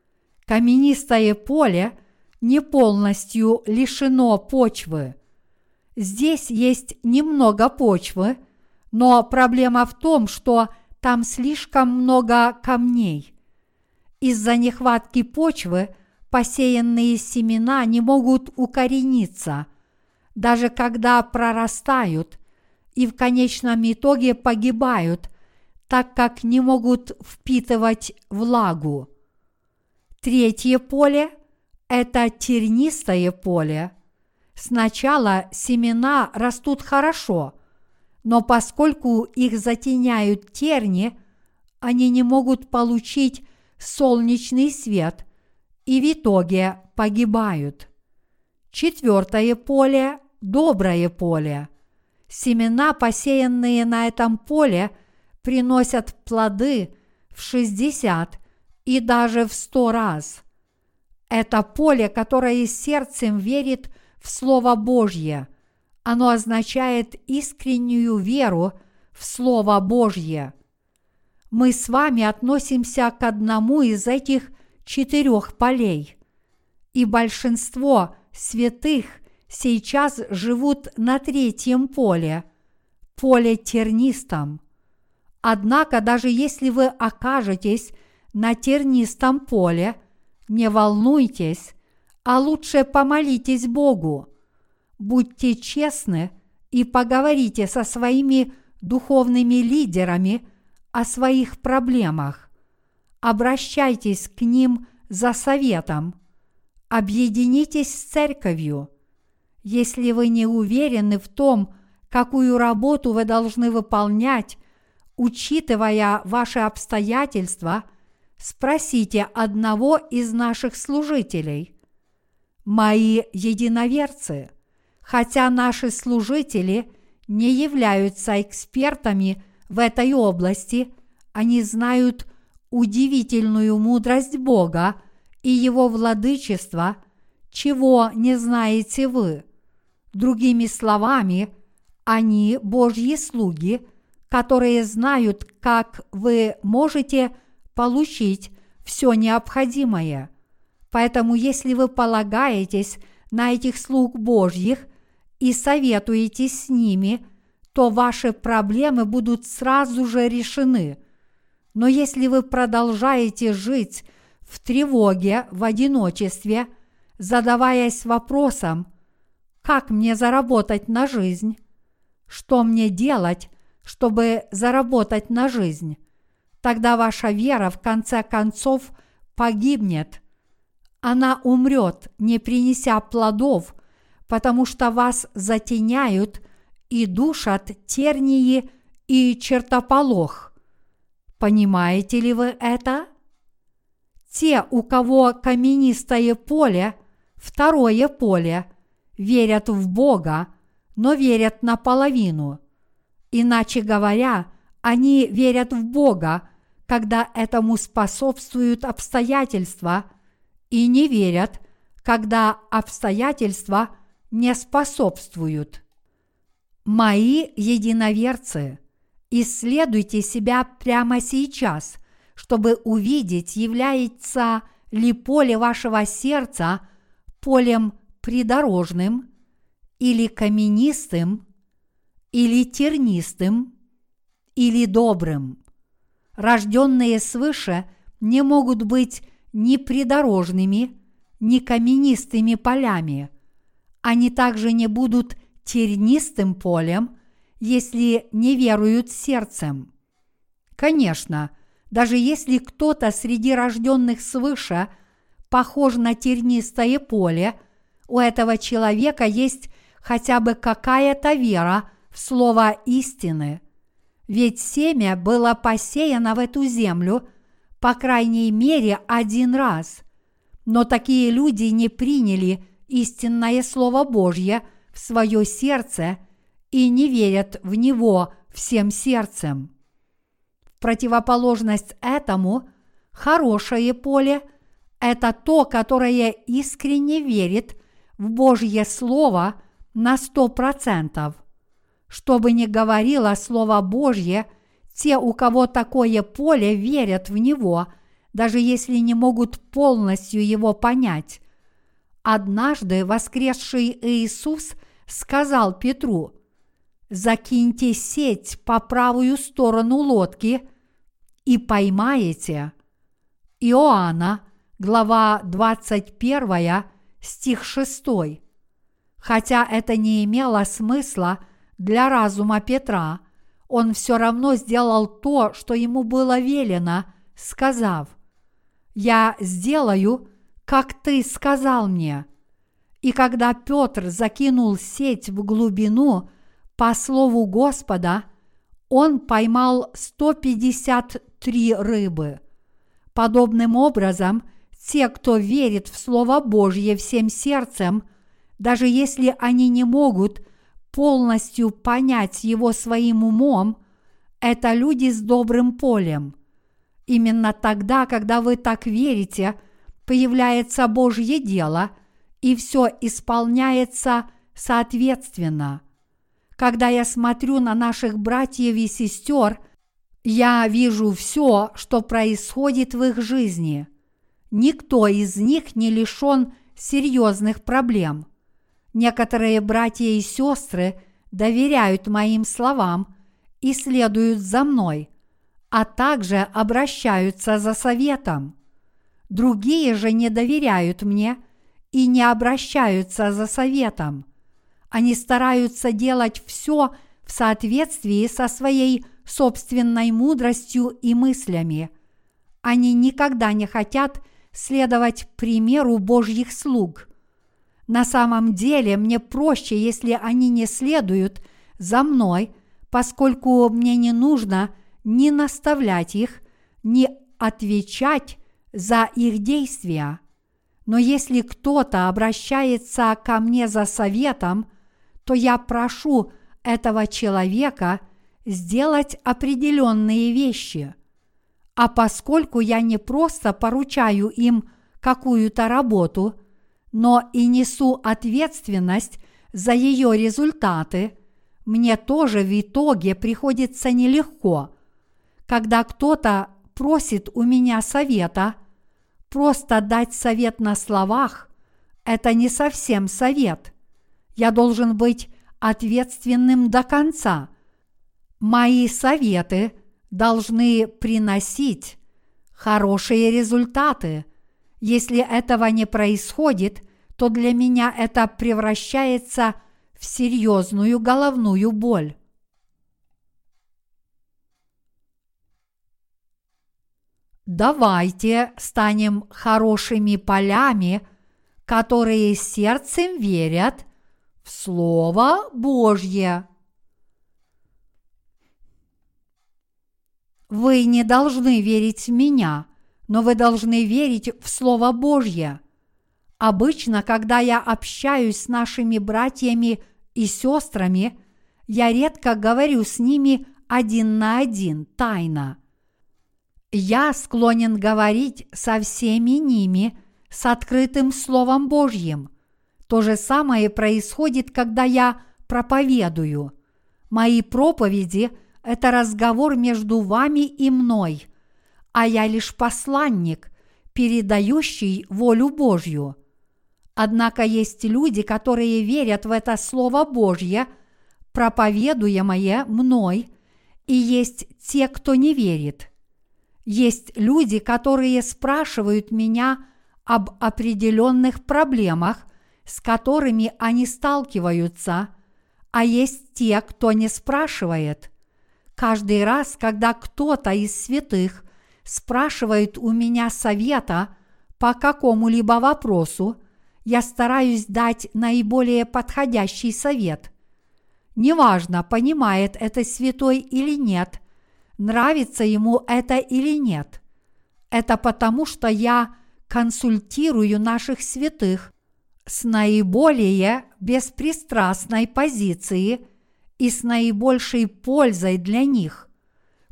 Каменистое поле не полностью лишено почвы. Здесь есть немного почвы, но проблема в том, что там слишком много камней. Из-за нехватки почвы посеянные семена не могут укорениться, даже когда прорастают, и в конечном итоге погибают, так как не могут впитывать влагу. Третье поле – это тернистое поле. Сначала семена растут хорошо, но поскольку их затеняют терни, они не могут получить солнечный свет и в итоге погибают. Четвертое поле – доброе поле. Семена, посеянные на этом поле, приносят плоды в шестьдесят и даже в сто раз. Это поле, которое сердцем верит в Слово Божье. Оно означает искреннюю веру в Слово Божье. Мы с вами относимся к одному из этих четырех полей, и большинство святых сейчас живут на третьем поле, поле тернистом. Однако, даже если вы окажетесь на тернистом поле, не волнуйтесь, а лучше помолитесь Богу. Будьте честны и поговорите со своими духовными лидерами о своих проблемах. Обращайтесь к ним за советом. Объединитесь с церковью. Если вы не уверены в том, какую работу вы должны выполнять, учитывая ваши обстоятельства, спросите одного из наших служителей. Мои единоверцы, хотя наши служители не являются экспертами в этой области, они знают удивительную мудрость Бога и Его владычество, чего не знаете вы. Другими словами, они Божьи слуги, которые знают, как вы можете получить все необходимое. Поэтому, если вы полагаетесь на этих слуг Божьих и советуетесь с ними, то ваши проблемы будут сразу же решены. Но если вы продолжаете жить в тревоге, в одиночестве, задаваясь вопросом, как мне заработать на жизнь, что мне делать, чтобы заработать на жизнь, тогда ваша вера в конце концов погибнет. Она умрет, не принеся плодов, потому что вас затеняют и душат тернии и чертополох. Понимаете ли вы это? Те, у кого каменистое поле, второе поле, верят в Бога, но верят наполовину. Иначе говоря, они верят в Бога, когда этому способствуют обстоятельства, и не верят, когда обстоятельства не способствуют. Мои единоверцы, исследуйте себя прямо сейчас, чтобы увидеть, является ли поле вашего сердца полем придорожным или каменистым, или тернистым, или добрым. Рожденные свыше не могут быть ни придорожными, ни каменистыми полями. Они также не будут тернистым полем, если не веруют сердцем. Конечно, даже если кто-то среди рожденных свыше похож на тернистое поле, у этого человека есть хотя бы какая-то вера в слово истины. Ведь семя было посеяно в эту землю по крайней мере один раз, но такие люди не приняли истинное Слово Божье в свое сердце и не верят в него всем сердцем. В противоположность этому, хорошее поле – это то, которое искренне верит в Божье Слово на сто процентов. Что бы ни говорило Слово Божье, те, у кого такое поле, верят в него, даже если не могут полностью его понять. Однажды воскресший Иисус сказал Петру: «Закиньте сеть по правую сторону лодки и поймаете». Иоанна, глава двадцать первая, стих шестой. Хотя это не имело смысла для разума Петра, он все равно сделал то, что ему было велено, сказав: «Я сделаю, как ты сказал мне». И когда Петр закинул сеть в глубину по слову Господа, он поймал сто пятьдесят три рыбы. Подобным образом, те, кто верит в Слово Божье всем сердцем, даже если они не могут полностью понять его своим умом, это люди с добрым полем. Именно тогда, когда вы так верите, появляется Божье дело, и все исполняется соответственно. Когда я смотрю на наших братьев и сестер, я вижу все, что происходит в их жизни. Никто из них не лишен серьезных проблем. Некоторые братья и сестры доверяют моим словам и следуют за мной, а также обращаются за советом. Другие же не доверяют мне и не обращаются за советом. Они стараются делать все в соответствии со своей собственной мудростью и мыслями. Они никогда не хотят следовать примеру Божьих слуг. На самом деле мне проще, если они не следуют за мной, поскольку мне не нужно ни наставлять их, ни отвечать за их действия. Но если кто-то обращается ко мне за советом, то я прошу этого человека сделать определенные вещи. А поскольку я не просто поручаю им какую-то работу, но и несу ответственность за ее результаты, мне тоже в итоге приходится нелегко. Когда кто-то просит у меня совета, просто дать совет на словах – это не совсем совет. Я должен быть ответственным до конца. Мои советы должны приносить хорошие результаты. Если этого не происходит, то для меня это превращается в серьезную головную боль. Давайте станем хорошими полями, которые сердцем верят в Слово Божье. Вы не должны верить в меня, но вы должны верить в Слово Божье. Обычно, когда я общаюсь с нашими братьями и сестрами, я редко говорю с ними один на один, тайно. Я склонен говорить со всеми ними с открытым Словом Божьим. То же самое происходит, когда я проповедую. Мои проповеди – это разговор между вами и мной, а я лишь посланник, передающий волю Божью. Однако есть люди, которые верят в это Слово Божье, проповедуемое мной, и есть те, кто не верит. Есть люди, которые спрашивают меня об определенных проблемах, с которыми они сталкиваются, а есть те, кто не спрашивает. Каждый раз, когда кто-то из святых спрашивает у меня совета по какому-либо вопросу, я стараюсь дать наиболее подходящий совет. Неважно, понимает это святой или нет, нравится ему это или нет. Это потому, что я консультирую наших святых с наиболее беспристрастной позиции и с наибольшей пользой для них.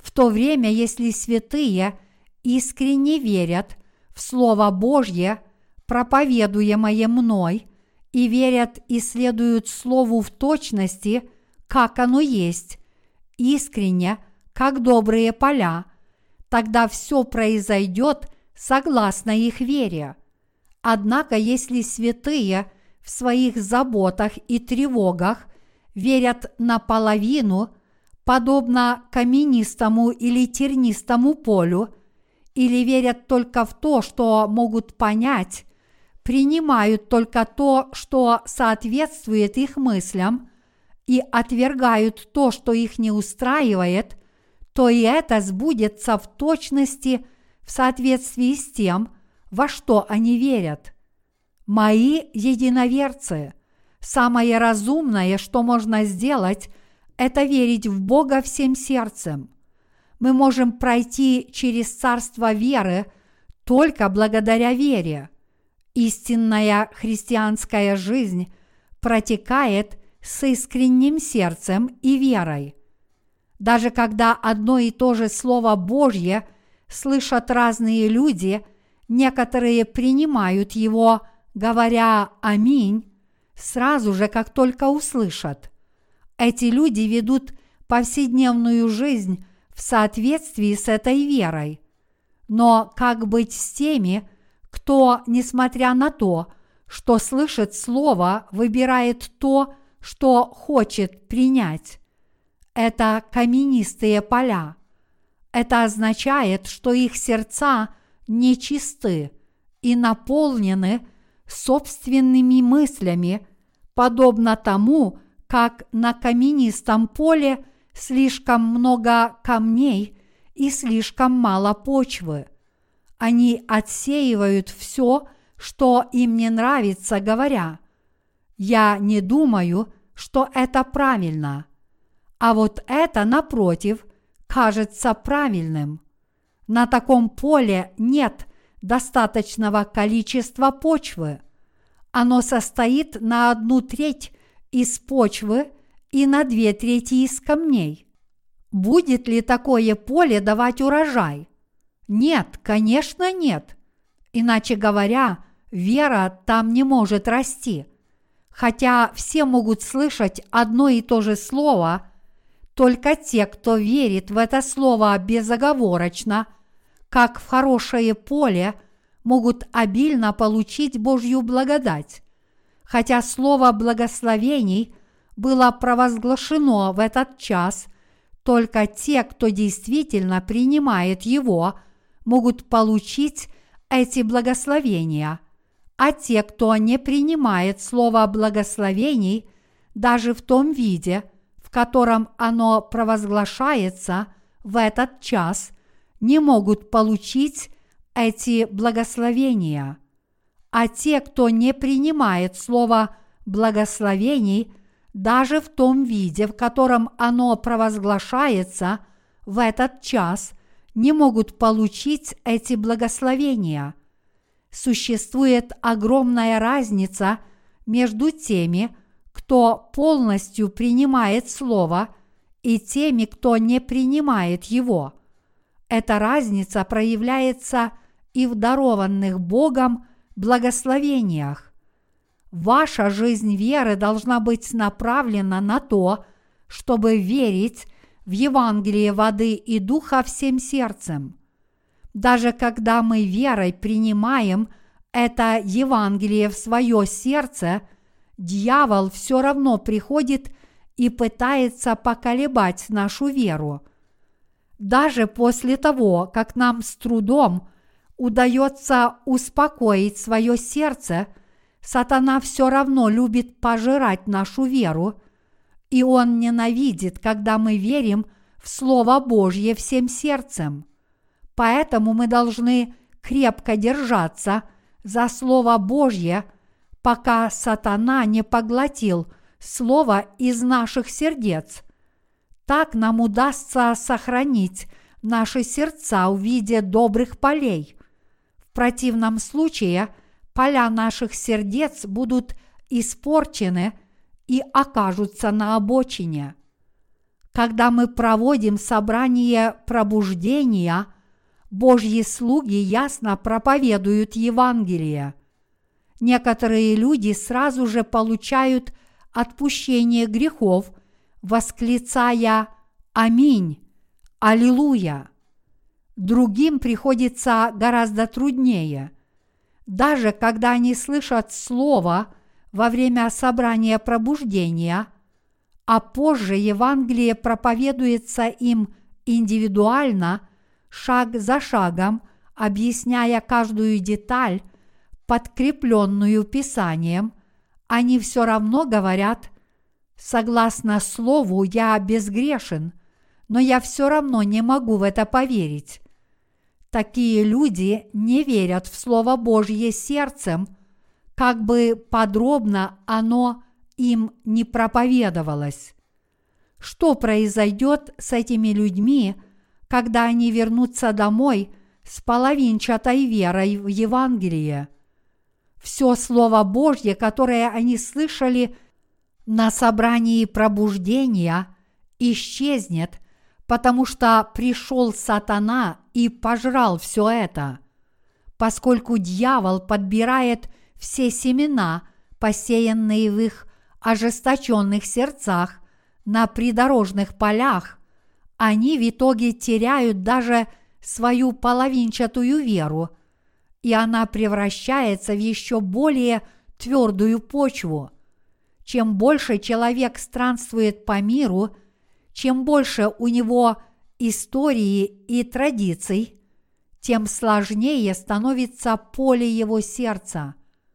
в то время, если святые искренне верят в Слово Божье, проповедуемое мной, и верят и следуют Слову в точности, как оно есть, искренне, как добрые поля, тогда все произойдет согласно их вере. Однако, если святые в своих заботах и тревогах верят наполовину, подобно каменистому или тернистому полю, или верят только в то, что могут понять, принимают только то, что соответствует их мыслям, и отвергают то, что их не устраивает, то и это сбудется в точности в соответствии с тем, во что они верят. Мои единоверцы, самое разумное, что можно сделать, это верить в Бога всем сердцем. Мы можем пройти через царство веры только благодаря вере. Истинная христианская жизнь протекает с искренним сердцем и верой. Даже когда одно и то же Слово Божье слышат разные люди, некоторые принимают его, говоря «Аминь», сразу же, как только услышат. Эти люди ведут повседневную жизнь в соответствии с этой верой. Но как быть с теми, кто, несмотря на то, что слышит Слово, выбирает то, что хочет принять? Это каменистые поля. Это означает, что их сердца нечисты и наполнены собственными мыслями, подобно тому, как на каменистом поле слишком много камней и слишком мало почвы. Они отсеивают все, что им не нравится, говоря: «Я не думаю, что это правильно». А вот это, напротив, кажется правильным. На таком поле нет достаточного количества почвы. Оно состоит на одну треть из почвы и на две трети из камней. Будет ли такое поле давать урожай? Нет, конечно, нет. Иначе говоря, вера там не может расти. Хотя все могут слышать одно и то же слово, только те, кто верит в это слово безоговорочно, как в хорошее поле, могут обильно получить Божью благодать. Хотя слово благословений было провозглашено в этот час, только те, кто действительно принимает его, могут получить эти благословения, а те, кто не принимает слово благословений, даже в том виде, в котором оно провозглашается в этот час, не могут получить эти благословения. А те, кто не принимает слово благословений, даже в том виде, в котором оно провозглашается в этот час, не могут получить эти благословения. Существует огромная разница между теми, кто полностью принимает Слово, и теми, кто не принимает его. Эта разница проявляется и в дарованных Богом благословениях. Ваша жизнь веры должна быть направлена на то, чтобы верить в Евангелие воды и духа всем сердцем. Даже когда мы верой принимаем это Евангелие в свое сердце, дьявол все равно приходит и пытается поколебать нашу веру. Даже после того, как нам с трудом удается успокоить свое сердце, сатана все равно любит пожирать нашу веру, и он ненавидит, когда мы верим в Слово Божье всем сердцем. Поэтому мы должны крепко держаться за Слово Божье, пока сатана не поглотил Слово из наших сердец. Так нам удастся сохранить наши сердца в виде добрых полей. В противном случае поля наших сердец будут испорчены и окажутся на обочине. Когда мы проводим собрание пробуждения, Божьи слуги ясно проповедуют Евангелие. Некоторые люди сразу же получают отпущение грехов, восклицая «Аминь! Аллилуйя!». Другим приходится гораздо труднее. Даже когда они слышат Слово во время собрания пробуждения, а позже Евангелие проповедуется им индивидуально, шаг за шагом, объясняя каждую деталь, подкрепленную Писанием, они все равно говорят: «Согласно Слову я безгрешен, но я все равно не могу в это поверить». Такие люди не верят в Слово Божье сердцем, как бы подробно оно им не проповедовалось. Что произойдет с этими людьми, когда они вернутся домой с половинчатой верой в Евангелие? Все Слово Божье, которое они слышали на собрании пробуждения, исчезнет, потому что пришел сатана и пожрал все это. Поскольку дьявол подбирает все семена, посеянные в их ожесточенных сердцах на придорожных полях, они в итоге теряют даже свою половинчатую веру, и она превращается в еще более твердую почву. Чем больше человек странствует по миру, чем больше у него истории и традиций, тем сложнее становится поле его сердца.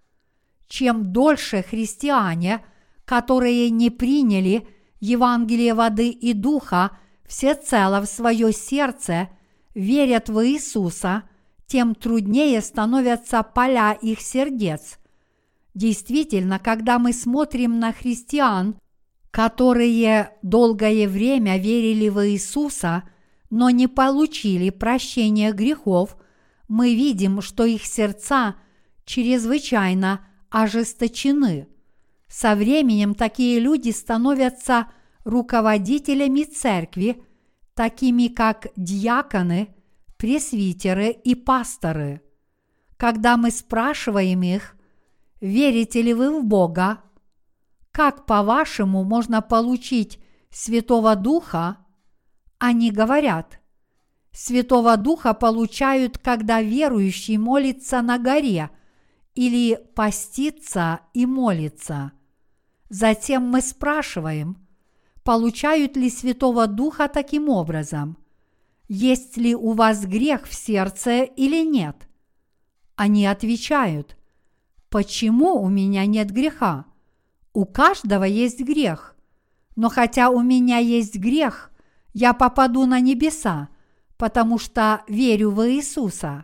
Чем дольше христиане, которые не приняли Евангелие воды и духа, всецело в свое сердце верят в Иисуса, тем труднее становятся поля их сердец. Действительно, когда мы смотрим на христиан, которые долгое время верили в Иисуса, но не получили прощения грехов, мы видим, что их сердца чрезвычайно ожесточены. Со временем такие люди становятся руководителями церкви, такими как диаконы, пресвитеры и пасторы. Когда мы спрашиваем их: «Верите ли вы в Бога? Как, по-вашему, можно получить Святого Духа?» Они говорят: «Святого Духа получают, когда верующий молится на горе или постится и молится». Затем мы спрашиваем: получают ли Святого Духа таким образом? Есть ли у вас грех в сердце или нет? Они отвечают: почему у меня нет греха? У каждого есть грех. Но хотя у меня есть грех, я попаду на небеса, потому что верю в Иисуса.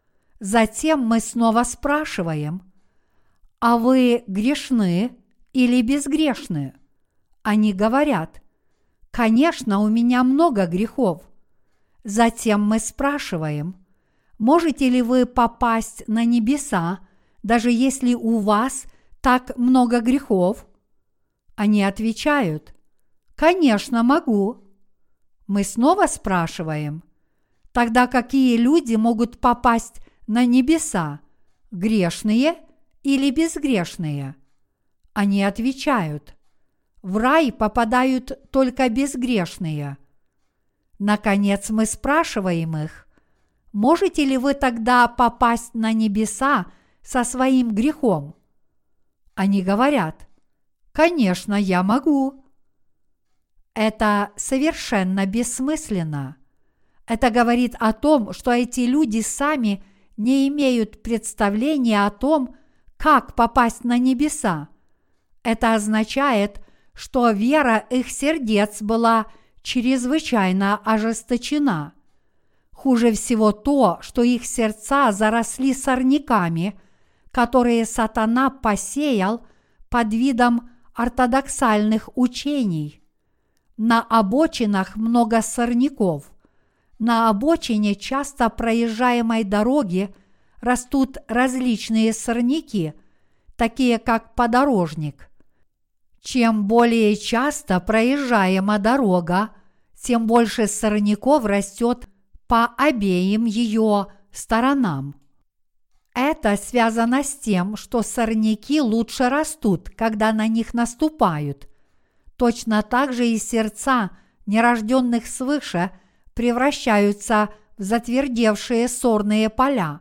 Затем мы снова спрашиваем: а вы грешны или безгрешны? Они говорят: конечно, у меня много грехов. Затем мы спрашиваем: можете ли вы попасть на небеса, даже если у вас так много грехов? Они отвечают: конечно, могу. Мы снова спрашиваем: тогда какие люди могут попасть на небеса, грешные или безгрешные? Они отвечают: в рай попадают только безгрешные. Наконец мы спрашиваем их: можете ли вы тогда попасть на небеса со своим грехом? Они говорят: конечно, я могу. Это совершенно бессмысленно. Это говорит о том, что эти люди сами не имеют представления о том, как попасть на небеса. Это означает, что вера их сердец была чрезвычайно ожесточена. Хуже всего то, что их сердца заросли сорняками, которые сатана посеял под видом ортодоксальных учений. На обочинах много сорняков. На обочине часто проезжаемой дороги растут различные сорняки, такие как подорожник. Чем более часто проезжаема дорога, тем больше сорняков растет по обеим ее сторонам. Это связано с тем, что сорняки лучше растут, когда на них наступают. Точно так же и сердца нерожденных свыше превращаются в затвердевшие сорные поля.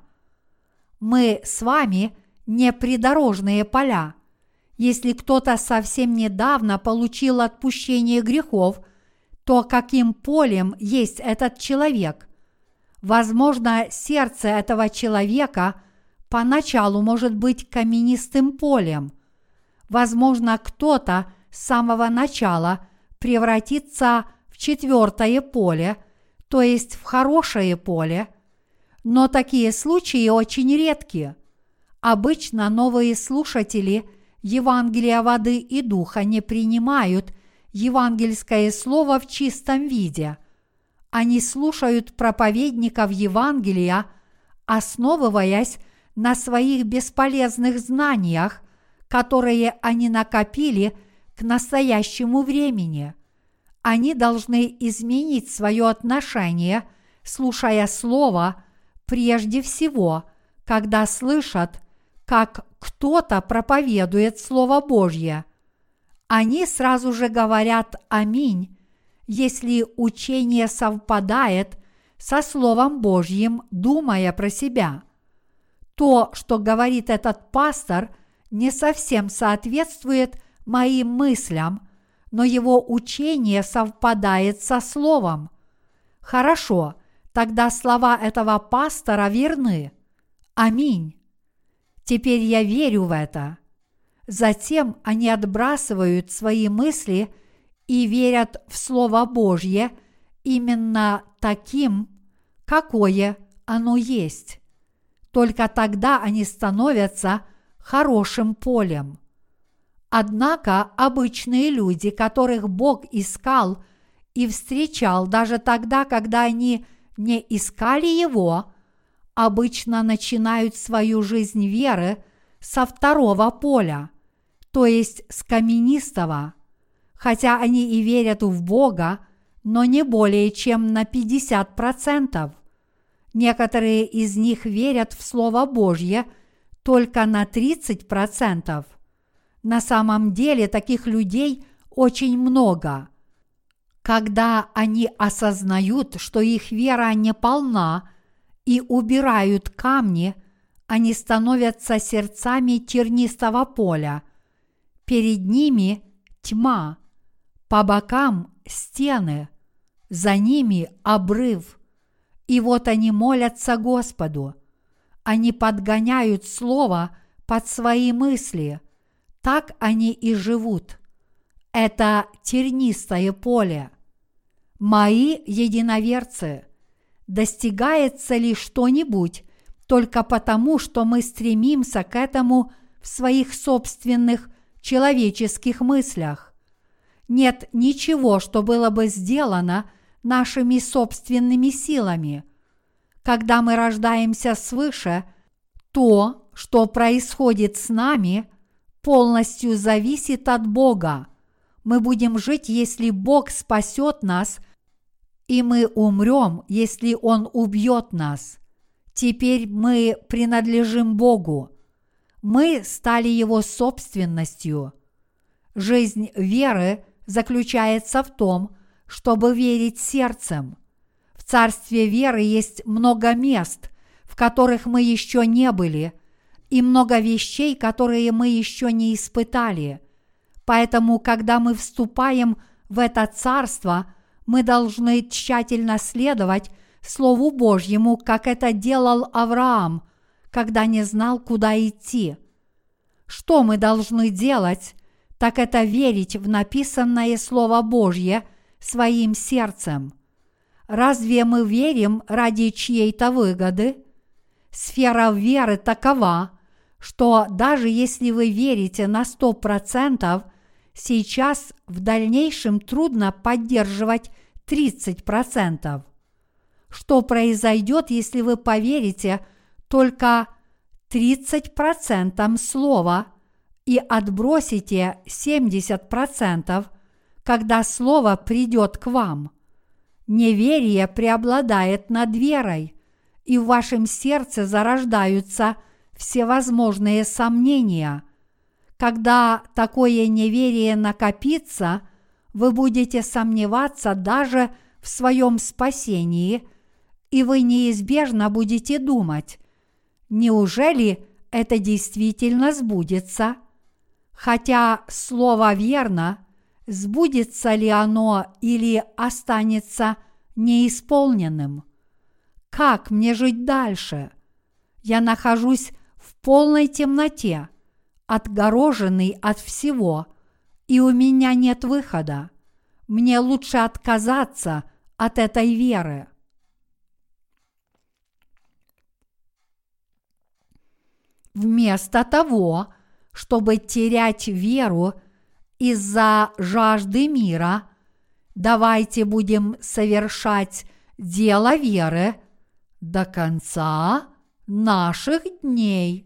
Мы с вами не придорожные поля. Если кто-то совсем недавно получил отпущение грехов, то каким полем есть этот человек? Возможно, сердце этого человека поначалу может быть каменистым полем. Возможно, кто-то с самого начала превратится в четвертое поле, то есть в хорошее поле, но такие случаи очень редки. Обычно новые слушатели Евангелия воды и духа не принимают евангельское слово в чистом виде. Они слушают проповедников Евангелия, основываясь на своих бесполезных знаниях, которые они накопили к настоящему времени. Они должны изменить свое отношение, слушая Слово, прежде всего, когда слышат, как кто-то проповедует Слово Божье. Они сразу же говорят «Аминь», если учение совпадает со Словом Божьим, думая про себя. То, что говорит этот пастор, не совсем соответствует моим мыслям, но его учение совпадает со Словом. Хорошо, тогда слова этого пастора верны. Аминь. Теперь я верю в это. Затем они отбрасывают свои мысли и верят в Слово Божье именно таким, какое оно есть. Только тогда они становятся хорошим полем. Однако обычные люди, которых Бог искал и встречал даже тогда, когда они не искали Его, обычно начинают свою жизнь веры со второго поля, то есть с каменистого, хотя они и верят в Бога, но не более чем на пятьдесят процентов. Некоторые из них верят в Слово Божье только на тридцать процентов. На самом деле таких людей очень много. Когда они осознают, что их вера не полна, и убирают камни, они становятся сердцами тернистого поля. Перед ними тьма, по бокам стены, за ними обрыв. И вот они молятся Господу. Они подгоняют слово под свои мысли. Так они и живут. Это тернистое поле. Мои единоверцы, достигается ли что-нибудь только потому, что мы стремимся к этому в своих собственных человеческих мыслях? Нет ничего, что было бы сделано нашими собственными силами. Когда мы рождаемся свыше, то, что происходит с нами, полностью зависит от Бога. Мы будем жить, если Бог спасет нас, и мы умрем, если Он убьет нас. Теперь мы принадлежим Богу. Мы стали Его собственностью. Жизнь веры заключается в том, чтобы верить сердцем. В царстве веры есть много мест, в которых мы еще не были, и много вещей, которые мы еще не испытали. Поэтому, когда мы вступаем в это царство, мы должны тщательно следовать Слову Божьему, как это делал Авраам, когда не знал, куда идти. Что мы должны делать, так это верить в написанное Слово Божье своим сердцем. Разве мы верим ради чьей-то выгоды? Сфера веры такова, что даже если вы верите на сто процентов, сейчас в дальнейшем трудно поддерживать тридцать процентов. Что произойдет, если вы поверите только тридцать процентов слова и отбросите семьдесят процентов, когда слово придет к вам? неверие преобладает над верой, и в вашем сердце зарождаются всевозможные сомнения. Когда такое неверие накопится, вы будете сомневаться даже в своем спасении, и вы неизбежно будете думать: неужели это действительно сбудется? Хотя слово верно, сбудется ли оно или останется неисполненным? Как мне жить дальше? Я нахожусь в полной темноте, отгороженный от всего, и у меня нет выхода. Мне лучше отказаться от этой веры. Вместо того, чтобы терять веру из-за жажды мира, давайте будем совершать дело веры до конца наших дней.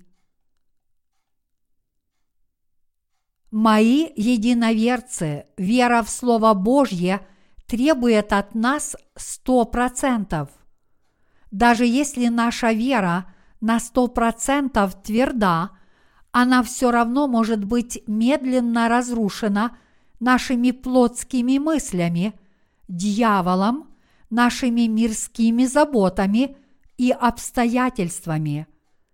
Мои единоверцы, вера в Слово Божье требует от нас сто процентов. Даже если наша вера на сто процентов тверда, она все равно может быть медленно разрушена нашими плотскими мыслями, дьяволом, нашими мирскими заботами и обстоятельствами.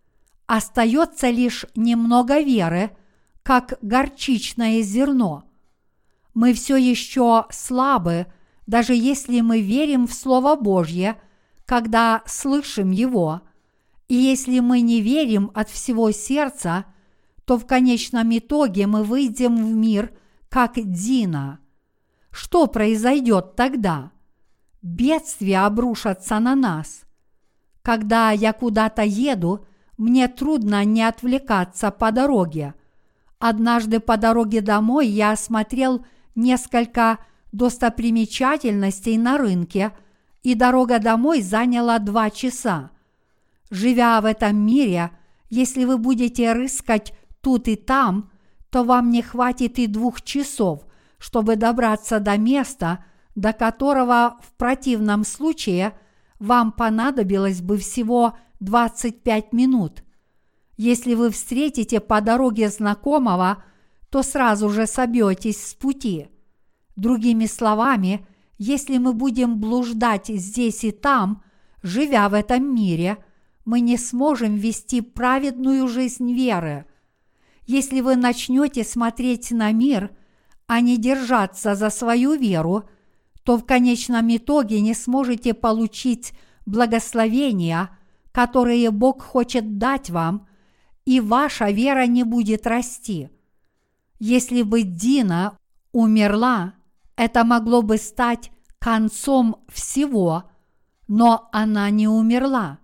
Остается лишь немного веры, как горчичное зерно. Мы все еще слабы, даже если мы верим в Слово Божье, когда слышим его. И если мы не верим от всего сердца, то в конечном итоге мы выйдем в мир как Дина. Что произойдет тогда? Бедствия обрушатся на нас. Когда я куда-то еду, мне трудно не отвлекаться по дороге. Однажды по дороге домой я осмотрел несколько достопримечательностей на рынке, и дорога домой заняла два часа. Живя в этом мире, если вы будете рыскать тут и там, то вам не хватит и двух часов, чтобы добраться до места, до которого в противном случае вам понадобилось бы всего двадцать пять минут. Если вы встретите по дороге знакомого, то сразу же собьетесь с пути. Другими словами, если мы будем блуждать здесь и там, живя в этом мире, мы не сможем вести праведную жизнь веры. Если вы начнете смотреть на мир, а не держаться за свою веру, то в конечном итоге не сможете получить благословения, которые Бог хочет дать вам, и ваша вера не будет расти. Если бы Дина умерла, это могло бы стать концом всего, но она не умерла.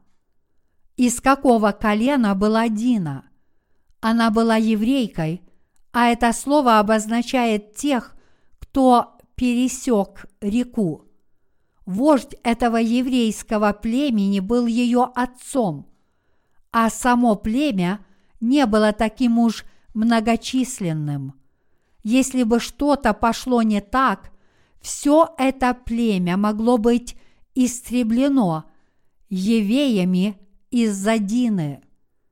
Из какого колена была Дина? Она была еврейкой, а это слово обозначает тех, кто пересек реку. Вождь этого еврейского племени был ее отцом, а само племя не было таким уж многочисленным. Если бы что-то пошло не так, все это племя могло быть истреблено евеями из-за Дины.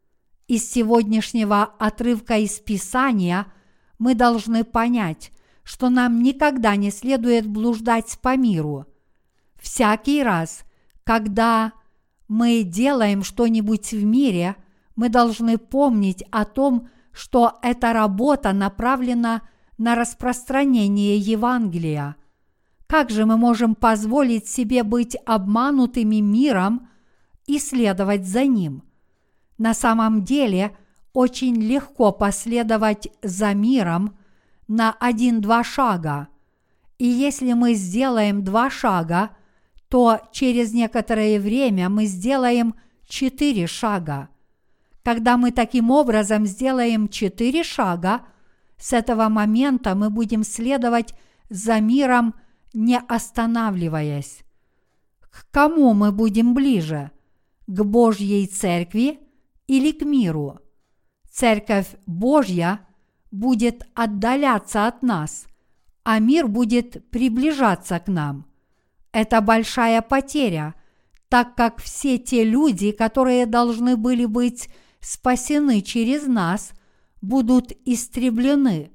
Из сегодняшнего отрывка из Писания мы должны понять, что нам никогда не следует блуждать по миру. Всякий раз, когда мы делаем что-нибудь в мире, мы должны помнить о том, что эта работа направлена на распространение Евангелия. Как же мы можем позволить себе быть обманутыми миром и следовать за ним? На самом деле, очень легко последовать за миром на один-два шага. И если мы сделаем два шага, то через некоторое время мы сделаем четыре шага. Когда мы таким образом сделаем четыре шага, с этого момента мы будем следовать за миром, не останавливаясь. К кому мы будем ближе? К Божьей Церкви или к миру? Церковь Божья будет отдаляться от нас, а мир будет приближаться к нам. Это большая потеря, так как все те люди, которые должны были быть спасены через нас, будут истреблены.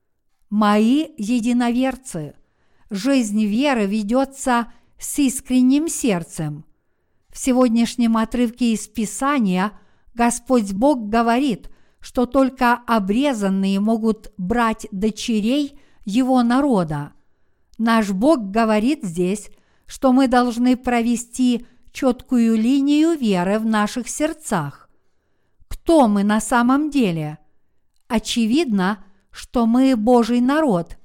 Мои единоверцы, жизнь веры ведется с искренним сердцем. В сегодняшнем отрывке из Писания Господь Бог говорит, что только обрезанные могут брать дочерей Его народа. Наш Бог говорит здесь, что мы должны провести четкую линию веры в наших сердцах. Кто мы на самом деле? Очевидно, что мы Божий народ.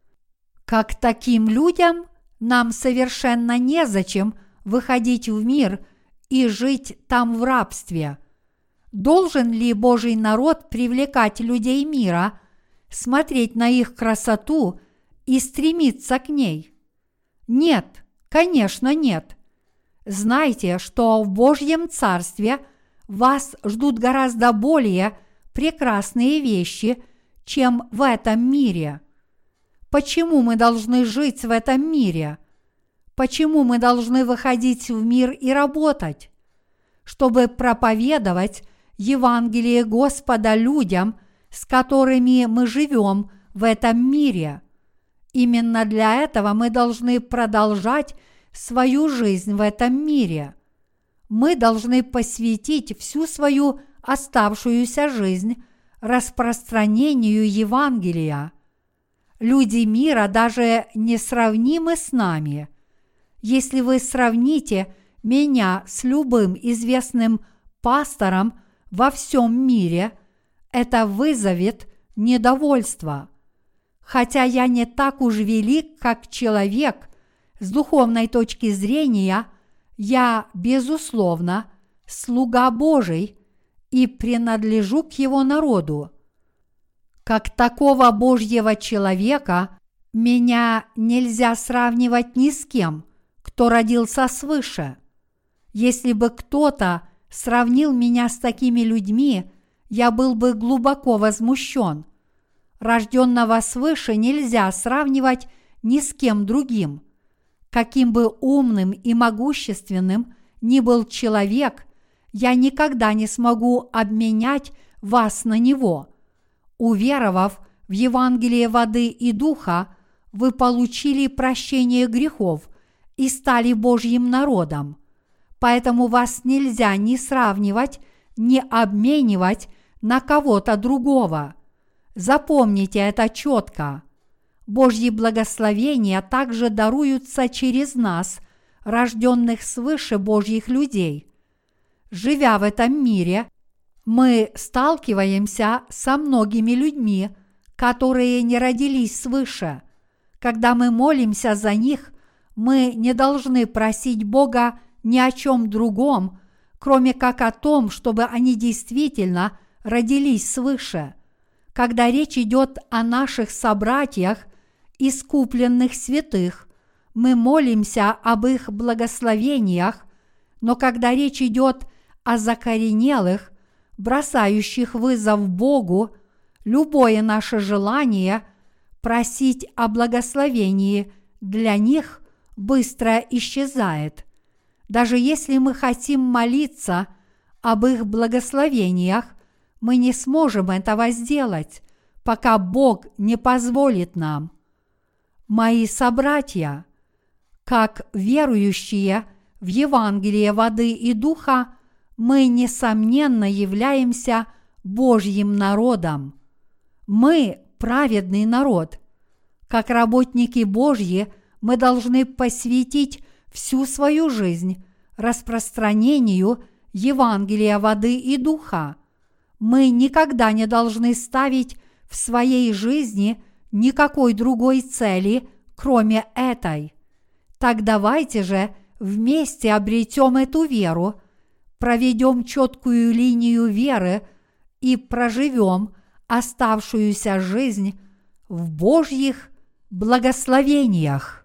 Как таким людям нам совершенно незачем выходить в мир и жить там в рабстве. Должен ли Божий народ привлекать людей мира, смотреть на их красоту и стремиться к ней? Нет, конечно, нет. Знайте, что в Божьем Царстве вас ждут гораздо более прекрасные вещи, чем в этом мире. Почему мы должны жить в этом мире? Почему мы должны выходить в мир и работать? Чтобы проповедовать Евангелие Господа людям, с которыми мы живем в этом мире. Именно для этого мы должны продолжать свою жизнь в этом мире. Мы должны посвятить всю свою оставшуюся жизнь распространению Евангелия. Люди мира даже не сравнимы с нами. Если вы сравните меня с любым известным пастором во всем мире, это вызовет недовольство. Хотя я не так уж велик, как человек, с духовной точки зрения, я, безусловно, слуга Божий и принадлежу к Его народу. Как такого Божьего человека меня нельзя сравнивать ни с кем, кто родился свыше. Если бы кто-то сравнил меня с такими людьми, я был бы глубоко возмущен. Рожденного свыше нельзя сравнивать ни с кем другим. Каким бы умным и могущественным ни был человек, я никогда не смогу обменять вас на него. Уверовав в Евангелие воды и духа, вы получили прощение грехов и стали Божьим народом. Поэтому вас нельзя ни сравнивать, ни обменивать на кого-то другого. Запомните это четко. Божьи благословения также даруются через нас, рожденных свыше Божьих людей. Живя в этом мире, мы сталкиваемся со многими людьми, которые не родились свыше. Когда мы молимся за них, мы не должны просить Бога ни о чем другом, кроме как о том, чтобы они действительно родились свыше. Когда речь идет о наших собратьях, искупленных святых, мы молимся об их благословениях, но когда речь идет о закоренелых, бросающих вызов Богу, любое наше желание просить о благословении для них быстро исчезает. Даже если мы хотим молиться об их благословениях, мы не сможем этого сделать, пока Бог не позволит нам. Мои собратья, как верующие в Евангелие воды и духа, мы, несомненно, являемся Божьим народом. Мы праведный народ. Как работники Божьи, мы должны посвятить всю свою жизнь распространению Евангелия воды и духа. Мы никогда не должны ставить в своей жизни никакой другой цели, кроме этой. Так давайте же вместе обретем эту веру, проведем четкую линию веры и проживем оставшуюся жизнь в Божьих благословениях.